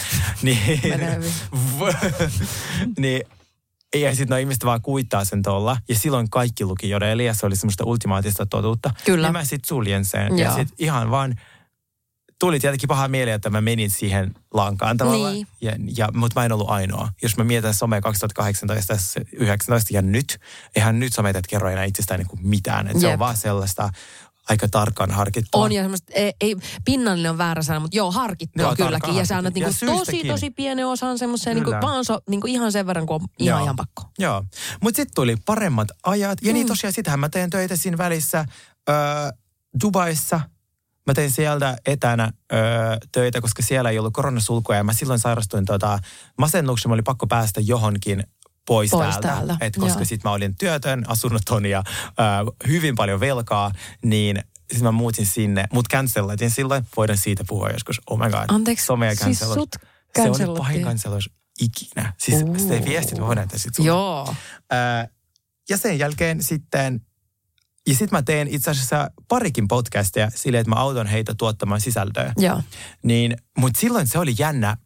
Niin ja sitten no ihmiset vaan kuittaa sen tuolla. Ja silloin kaikki luki Jodelia. Se oli semmoista ultimaattista totuutta. Kyllä. Ja mä sitten suljen sen. Ja sitten ihan vaan tuli tietenkin paha mieli, että mä menin siihen lankaan tavallaan. Niin. Mutta mä en ollut ainoa. Jos mä mietin somea 2018 ja 2019 ja nyt, eihän nyt sometet kerro enää itsestään niin kuin mitään. Että se on vaan sellaista aika tarkkaan harkittua. On ja semmoista, ei pinnallinen on väärä sana, mutta harkittua kylläkin. Ja sä annat niinku tosi pienen osan semmoiseen niinku vaan niinku ihan sen verran, kun on ihan pakko. Joo, mutta sitten tuli paremmat ajat. Ja niin tosiaan, sitähän mä teen töitä siinä välissä Dubaissa. Mä tein sieltä etänä töitä, koska siellä ei ollut koronasulkuja. Ja mä silloin sairastuin masennuksen. Mä oli pakko päästä johonkin pois täältä. Koska sitten mä olin työtön, asunnoton ja hyvin paljon velkaa, niin sitten mä muutin sinne. Mut cancellatin silloin, voidaan siitä puhua joskus. Oh my god. Anteeksi, somea siis sut se oli pahin cancellus ikinä. Siis sitä viestit, mä voin näyttää sit sulle. Joo. Ja sen jälkeen sitten, ja sitten mä teen itse asiassa parikin podcastia silleen, että mä autan heitä tuottamaan sisältöä. Joo. Mutta silloin se oli jännä,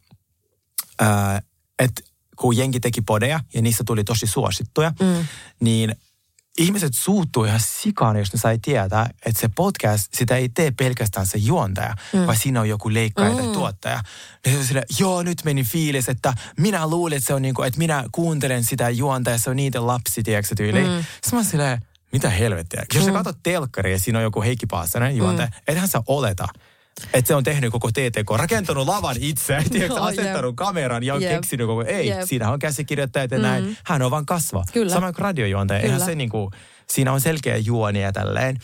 että kun jengi teki podeja ja niissä tuli tosi suosittuja, niin ihmiset suuttuu ihan sikana, jos ne sai tietää, että se podcast, sitä ei tee pelkästään se juontaja, vaan siinä on joku leikkaaja tai tuottaja. Ne on silleen, joo, nyt meni fiilis, että minä luulin, että se on niinku, että minä kuuntelen sitä juontajaa, se on niiden lapsi, tiedätkö tyyliin. Sitten mä silleen, mitä helvettiä. Jos sä katsot telkkaria ja siinä on joku Heikki Paasanen juontaja, ethän sä oleta, että se on tehnyt koko TTK, rakentanut lavan itse, asettanut kameran ja on keksinyt koko, siinä on käsikirjoittajat ja näin. Hän on vaan kasva. Sama kuin radiojuontaja. Eihän se niinku, siinä on selkeä juoni ja tälleen.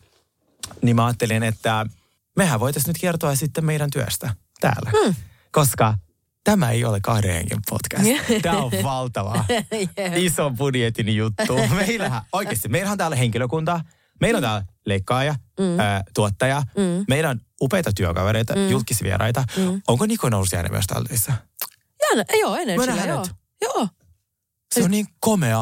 Niin mä ajattelin, että mehän voitaisiin nyt kertoa sitten meidän työstä täällä. Koska tämä ei ole 2 hengen podcast. Tämä on valtava, ison budjetin juttu. Meillähän on täällä henkilökuntaa. Meillä on täällä leikkaaja, tuottaja. Meillä on upeita työkavereita, julkisvieraita. Onko Niko Nousiainen myös täällä töissä? Joo, Energyllä, joo. Se on niin komea.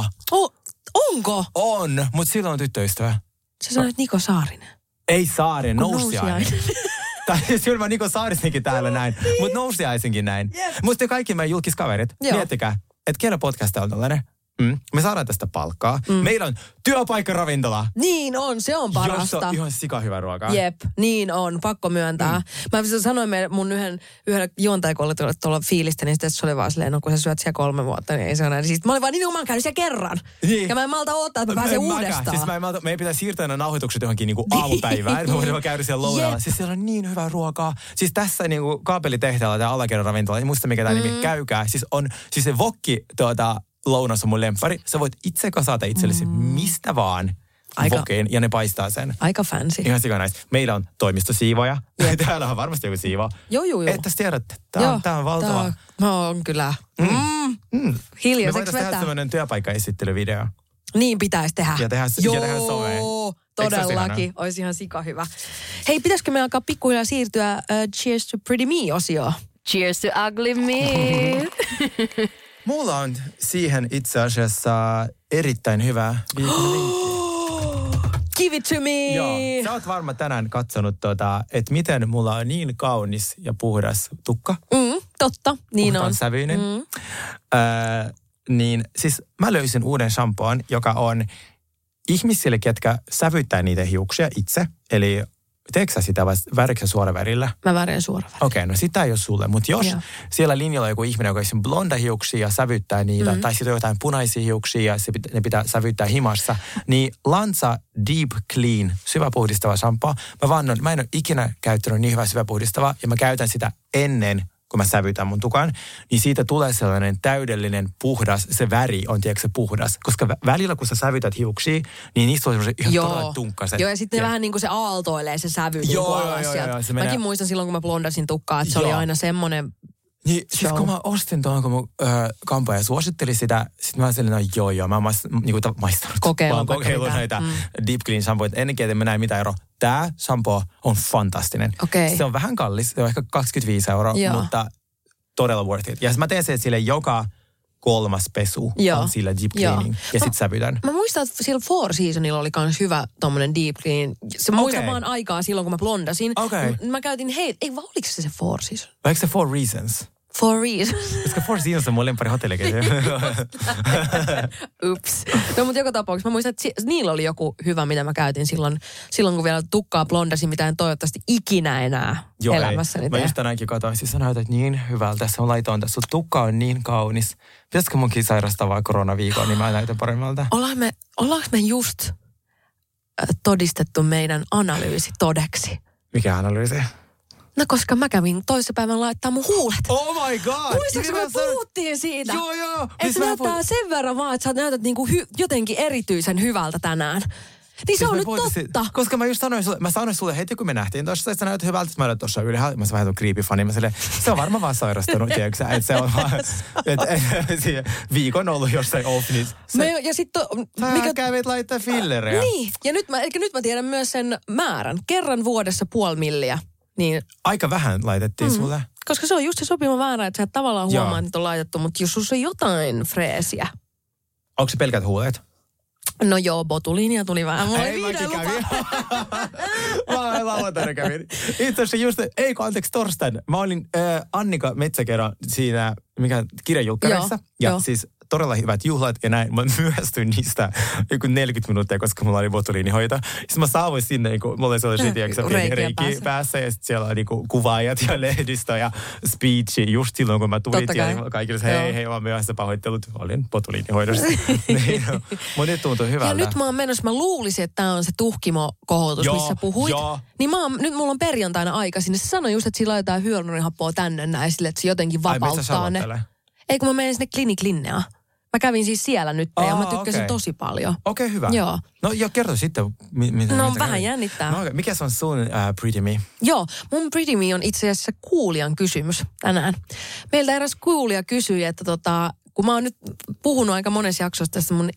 Onko? On, mutta silloin on tyttöystävä. Sä sanoit Niko Saarinen. Ei Saarinen, Nousiainen. Tai kyllä mä Niko Saarisenkin täällä näin, mutta Nousiaisenkin näin. Mutta kaikki meidän julkiskaverit, miettikää, että kellä podcast on tällainen. Me saadaan tästä palkkaa. Meillä on työpaikkaravintola. Niin on, se on parasta. Jossa on ihan sikahyvä ruokaa. Jep, niin on, pakko myöntää. Mä sanoin mun yhdellä juontajakolle tuolla fiilistä, niin sitten se oli vaan silleen, no kun sä syöt siellä 3 vuotta, niin ei se ole näin. Siis mä olin vaan niin, mä oon käynyt siellä kerran. Niin. Ja mä en malta odottaa, että mä pääsen uudestaan. Siis meidän pitää siirtää nämä nauhoitukset johonkin niinku aamupäivään. Me voidaan käydä siellä lounalla. Siis siellä on niin hyvää ruokaa. Siis tässä niinku kaapelitehtaalla tai alakerran ravintola, en muista mikä tämä nimi, käykää. Siis se wokki lounas on mun lemppari. Sä voit itse kasata itsellesi mistä vaan vokin ja ne paistaa sen. Aika fancy. Ihan sikanais. Meillä on toimistosiivoja. Täällä on varmasti joku siivo. Joo. Että sä tiedät, tää on valtava. On kyllä. Hiljaiseksi me voitaisiin tehdä sellainen työpaikkaesittelyvideo. Niin pitäisi tehdä. Ja tehdä somea. Todellakin. Olisi ihan sikahyvä. Hei, pitäisikö me alkaa pikkuhiljaa siirtyä Cheers to Pretty Me-osioon? Cheers to ugly me. Mulla on siihen itse asiassa erittäin hyvä viikon linkki. Give it to me! Joo, sä oot varmaan tänään katsonut, että miten mulla on niin kaunis ja puhdas tukka. Totta, niin puhutaan on. Sävyinen. Niin siis mä löysin uuden shampoon, joka on ihmisille, ketkä sävyttää niitä hiuksia itse. Eli teekö sä sitä vai värikö suoravärillä? Mä värjän suoravärillä. Okei, no sitä ei ole sulle. Mutta jos siellä linjalla on joku ihminen, joka on blonda hiuksia ja sävyttää niitä, tai sitten on jotain punaisia hiuksia ja ne pitää sävyttää himassa, niin Lanza Deep Clean syväpuhdistava shampoo. Mä en ole ikinä käyttänyt niin hyvää syväpuhdistavaa ja mä käytän sitä ennen kun mä sävytän mun tukan, niin siitä tulee sellainen täydellinen puhdas, se väri on tiedätkö puhdas. Koska välillä kun sä sävytät hiuksia, niin niistä on semmoiset ihan todella tunkkaset. Joo, ja sitten vähän niin kuin se aaltoilee se sävy niin kuin alas sieltä. Mäkin muistan silloin, kun mä blondasin tukkaa, että se oli aina semmoinen niin, siis kun mä ostin tuon, kun mun kampoja suositteli sitä, sitten mä sanoin, että joo, mä oon maistanut. Kokeillut näitä Deep Clean shampoita. Ennenkin, että mä näin mitään eroa. Tää shampoo on fantastinen. Okay. Se on vähän kallis, se on ehkä 25 €, mutta todella worth it. Ja mä teen sen sille joka 3. pesu on sillä Deep Cleaning. Ja sit sävytän. Mä muistan, että sillä Four Seasonilla oli kans hyvä tommonen Deep Clean. Se muistan vaan aikaa silloin, kun mä blondasin. Mä käytin, ei vaan oliko se Four Season? Vai eikö se Four Reasons? Four Seasons. Koska Four Seasons on mun lempari hotelliketju. Ups. No mutta joka tapauksessa mä muistan, että niillä oli joku hyvä, mitä mä käytin silloin kun vielä tukkaa blondasin, mitä en toivottavasti ikinä enää elämässäni tee. Mä just tänäänkin katsoin, siis sä näytät niin hyvältä. Tässä on laitoin tässä, sun tukka on niin kaunis. Pitäisikö munkin sairastaa vaan koronaviikon, niin mä näytän paremmalta. Ollaanko me just todistettu meidän analyysi todeksi? Mikä analyysi? No koska mä kävin toissapäivän laittaa mun huulet. Oh my god! Muistatko me puhuttiin siitä? Joo. Että näyttää sen verran vaan, että sä näytät niinku jotenkin erityisen hyvältä tänään. Niin se on nyt totta. Koska mä just sanoin sulle heti, kun me nähtiin tuossa, että sä näytät hyvältä, että mä näytän tuossa ylhäällä. Mä vähän tuon creepy-fani. Mä silleen, se on varmaan vaan sairastunut, tiedätkö sä? Että se on vaan, että viikon ollut jossain off, niin mikä kävit laittaa fillereja. Niin, ja nyt mä tiedän myös sen määrän. Kerran vuodessa 0,5 milliä. Niin. Aika vähän laitettiin sulle. Koska se on just se sopiva määrä, että sä et tavallaan huomaa, että on laitettu, mutta jos sussa on jotain freesiä. Onko se pelkät huuleet? No joo, botuliinia tuli vähän. Ei, mäkin kävin. Mä lauantaina kävin. Itse asiassa just, torstaina. Mä olin Annika Metsäkerä siinä, kirjajulkkareissa. Ja siis todella hyvät juhlat ja näin. Mä myöstyin niistä joku 40 minuuttia, koska mulla oli botuliinihoito. Sitten mä saavuin sinne, niin mulla oli sellaisia, reiki päässä. Ja sitten siellä oli niin kuvaajat ja lehdistö ja speechi. Just silloin, kun mä tulin. Kaikille hei, mä myöhässä pahoittelut. Olin botuliinihoidossa. Niin, mutta nyt tuntuu hyvältä. Ja nyt mä oon menossa. Mä luulisin, että tää on se tuhkimo-kohotus, missä puhuit. Niin nyt mulla on perjantaina aika sinne. Se sanoi just, että sillä laitetaan hyaluronihapoa tänne näin sille, että se jotenkin vapauttaa ne. Ei, kun mä menen sinne Klinik-Linnea. Mä kävin siis siellä nyt ja mä tykkäsin tosi paljon. Okei, hyvä. Joo. No kerro sitten. Vähän jännittää. No, mikä se on sun Pretty Me? Joo, mun Pretty Me on itse asiassa kuulijan kysymys tänään. Meiltä eräs kuulija kysyi, että kun mä oon nyt puhunut aika monessa jaksossa tästä mun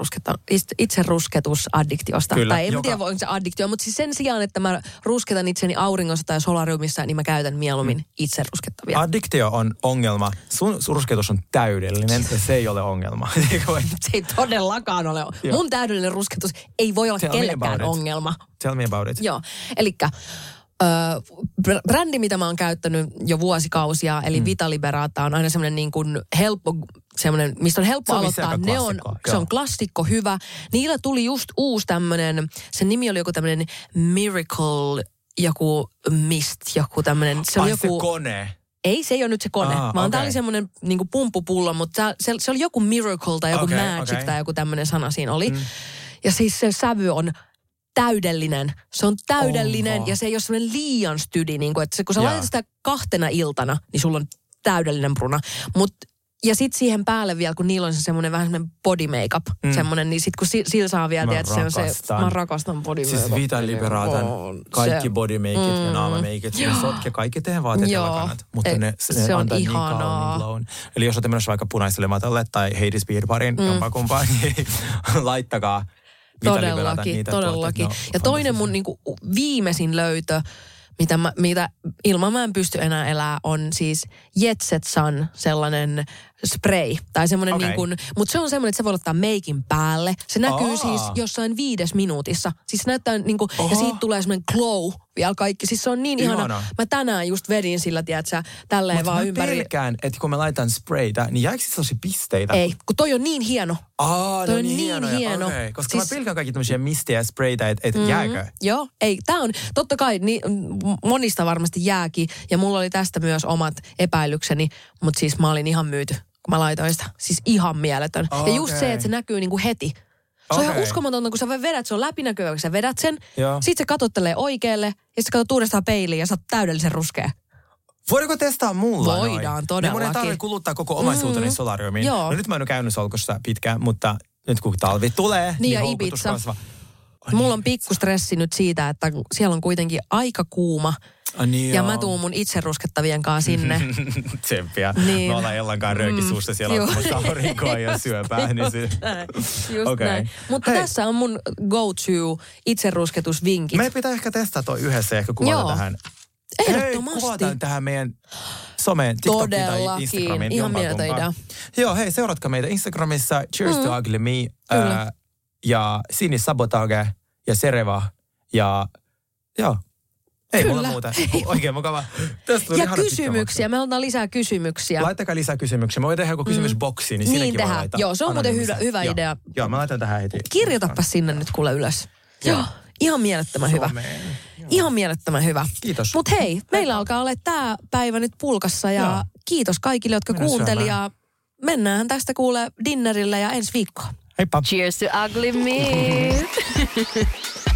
itserusketusaddiktiosta. Kyllä, tai en tiedä, onko se addiktio, mutta siis sen sijaan, että mä rusketan itseni auringossa tai solariumissa, niin mä käytän mieluummin itseruskettavia. Addiktio on ongelma. Sun rusketus on täydellinen ja se ei ole ongelma. Se ei todellakaan ole. Mun täydellinen rusketus ei voi olla kellekään ongelma. Tell me about it. Joo, elikkä brändi, mitä mä oon käyttänyt jo vuosikausia, eli Vita Liberata on aina semmoinen niin kuin helppo, semmoinen, mistä on helppo aloittaa. Se on klassikko, hyvä. Niillä tuli just uusi tämmöinen, sen nimi oli joku tämmöinen Miracle, joku Mist, joku tämmöinen. Se oli joku se kone. Ei, se ei ole nyt se kone, vaan tää oli semmoinen niinku pumppupullo, mutta se oli joku Miracle tai joku Magic tai joku tämmöinen sana siinä oli. Ja siis se sävy on täydellinen. Se on täydellinen ja se ei ole semmoinen liian stydi. Niin kuin, että kun sä laitat sitä 2 iltana, niin sulla on täydellinen bruna. Ja sitten siihen päälle vielä, kun niillä on se semmoinen vähän semmoinen body makeup, semmoinen, niin sitten kun sillä saa vielä, että mä rakastan body makeup. Siis Vita Liberatan kaikki body makeit ja naama makeit, ne sotke kaikki teidän vaatteetella kannat, mutta ne antaa niin kauniin glown. Eli jos olette menossa vaikka punaiselle matalle tai Heidi Speedbarin jompaa kumpaa, niin laittakaa Todellakin. Ja toinen mun niinku viimeisin löytö, mitä ilman mä en pysty enää elää, on siis Jet Set Sun, sellainen spray. Tai semmoinen niin kuin, mutta se on semmoinen, että se voi ottaa meikin päälle. Se näkyy siis jossain 5 minuutissa. Siis se näyttää niin kuin, ja siitä tulee semmoinen glow vielä kaikki. Siis se on niin ihana. Mä tänään just vedin sillä, tiedätkö, tälleen vaan ympäri. Mutta mä pelkään, että kun mä laitan sprayta, niin jääkö se tosi pisteitä? Ei, kun toi on niin hieno. Toi on niin hieno. Okay. Koska siis, mä pelkään kaikki tämmöisiä mistejä sprayta, että jääkö? Joo, ei. Tää on, totta kai, niin, monista varmasti jääkin. Ja mulla oli tästä myös omat epäilykseni, mutta siis mä olin ihan myyty, kun mä laitoin sitä. Siis ihan mieletön. Ja just se, että se näkyy niinku heti. Se on ihan uskomatonta, kun sä vedät, se on läpinäkyvä, kun sä vedät sen. Sitten se katsottelee oikealle, ja sitten sä katsot uudestaan peiliin, ja sä oot täydellisen ruskea. Voidaanko testaa mulla Voidaan, todellakin. Niin mun ei tarvitse kuluttaa koko omaisuuteni solariumiin. No nyt mä en ole käynyt solkossa pitkään, mutta nyt kun talvi tulee, niin houkutus kasvaa. Mulla on pikkustressi nyt siitä, että siellä on kuitenkin aika kuuma. Ja mä tuun mun itse ruskettavien kanssa sinne. Tsemppiä. Niin. Me ollaan Ellankaan röökisuussa siellä ottamassa aurinkoa ja syöpää. Niin just näin. Mutta tässä on mun go-to itserusketusvinkit. Me pitää ehkä testaa toi yhdessä ja ehkä kuvata tähän. Ehdottomasti. Kuvataan tähän meidän someen, TikTokiin tai Instagramiin. Ihan mieltä idea. Joo, hei, seuratkaa meitä Instagramissa. Cheers to Ugly Me. Ja Sini Sabotage ja Sereva. Ja joo. Ei Kyllä. mulla muuta. Oikein mukava. Tästä tuli Ja ihana kysymyksiä. Me otetaan lisää kysymyksiä. Laittakaa lisää kysymyksiä. Mä voin tehdä joku kysymysboksi, niin sinnekin voi tehdään. laittaa. Joo, se on muuten hyvä idea. Joo, mä laitan tähän heti. Kirjoitapa sinne nyt kuule ylös. Joo. Ihan mielettömän hyvä. Ihan mielettömän hyvä. Kiitos. Mut hei, meillä alkaa olla tää päivä nyt pulkassa ja kiitos kaikille, jotka kuunteli ja mennään tästä kuule dinnerille ja ensi viikkoon. Heippa. Cheers to ugly me.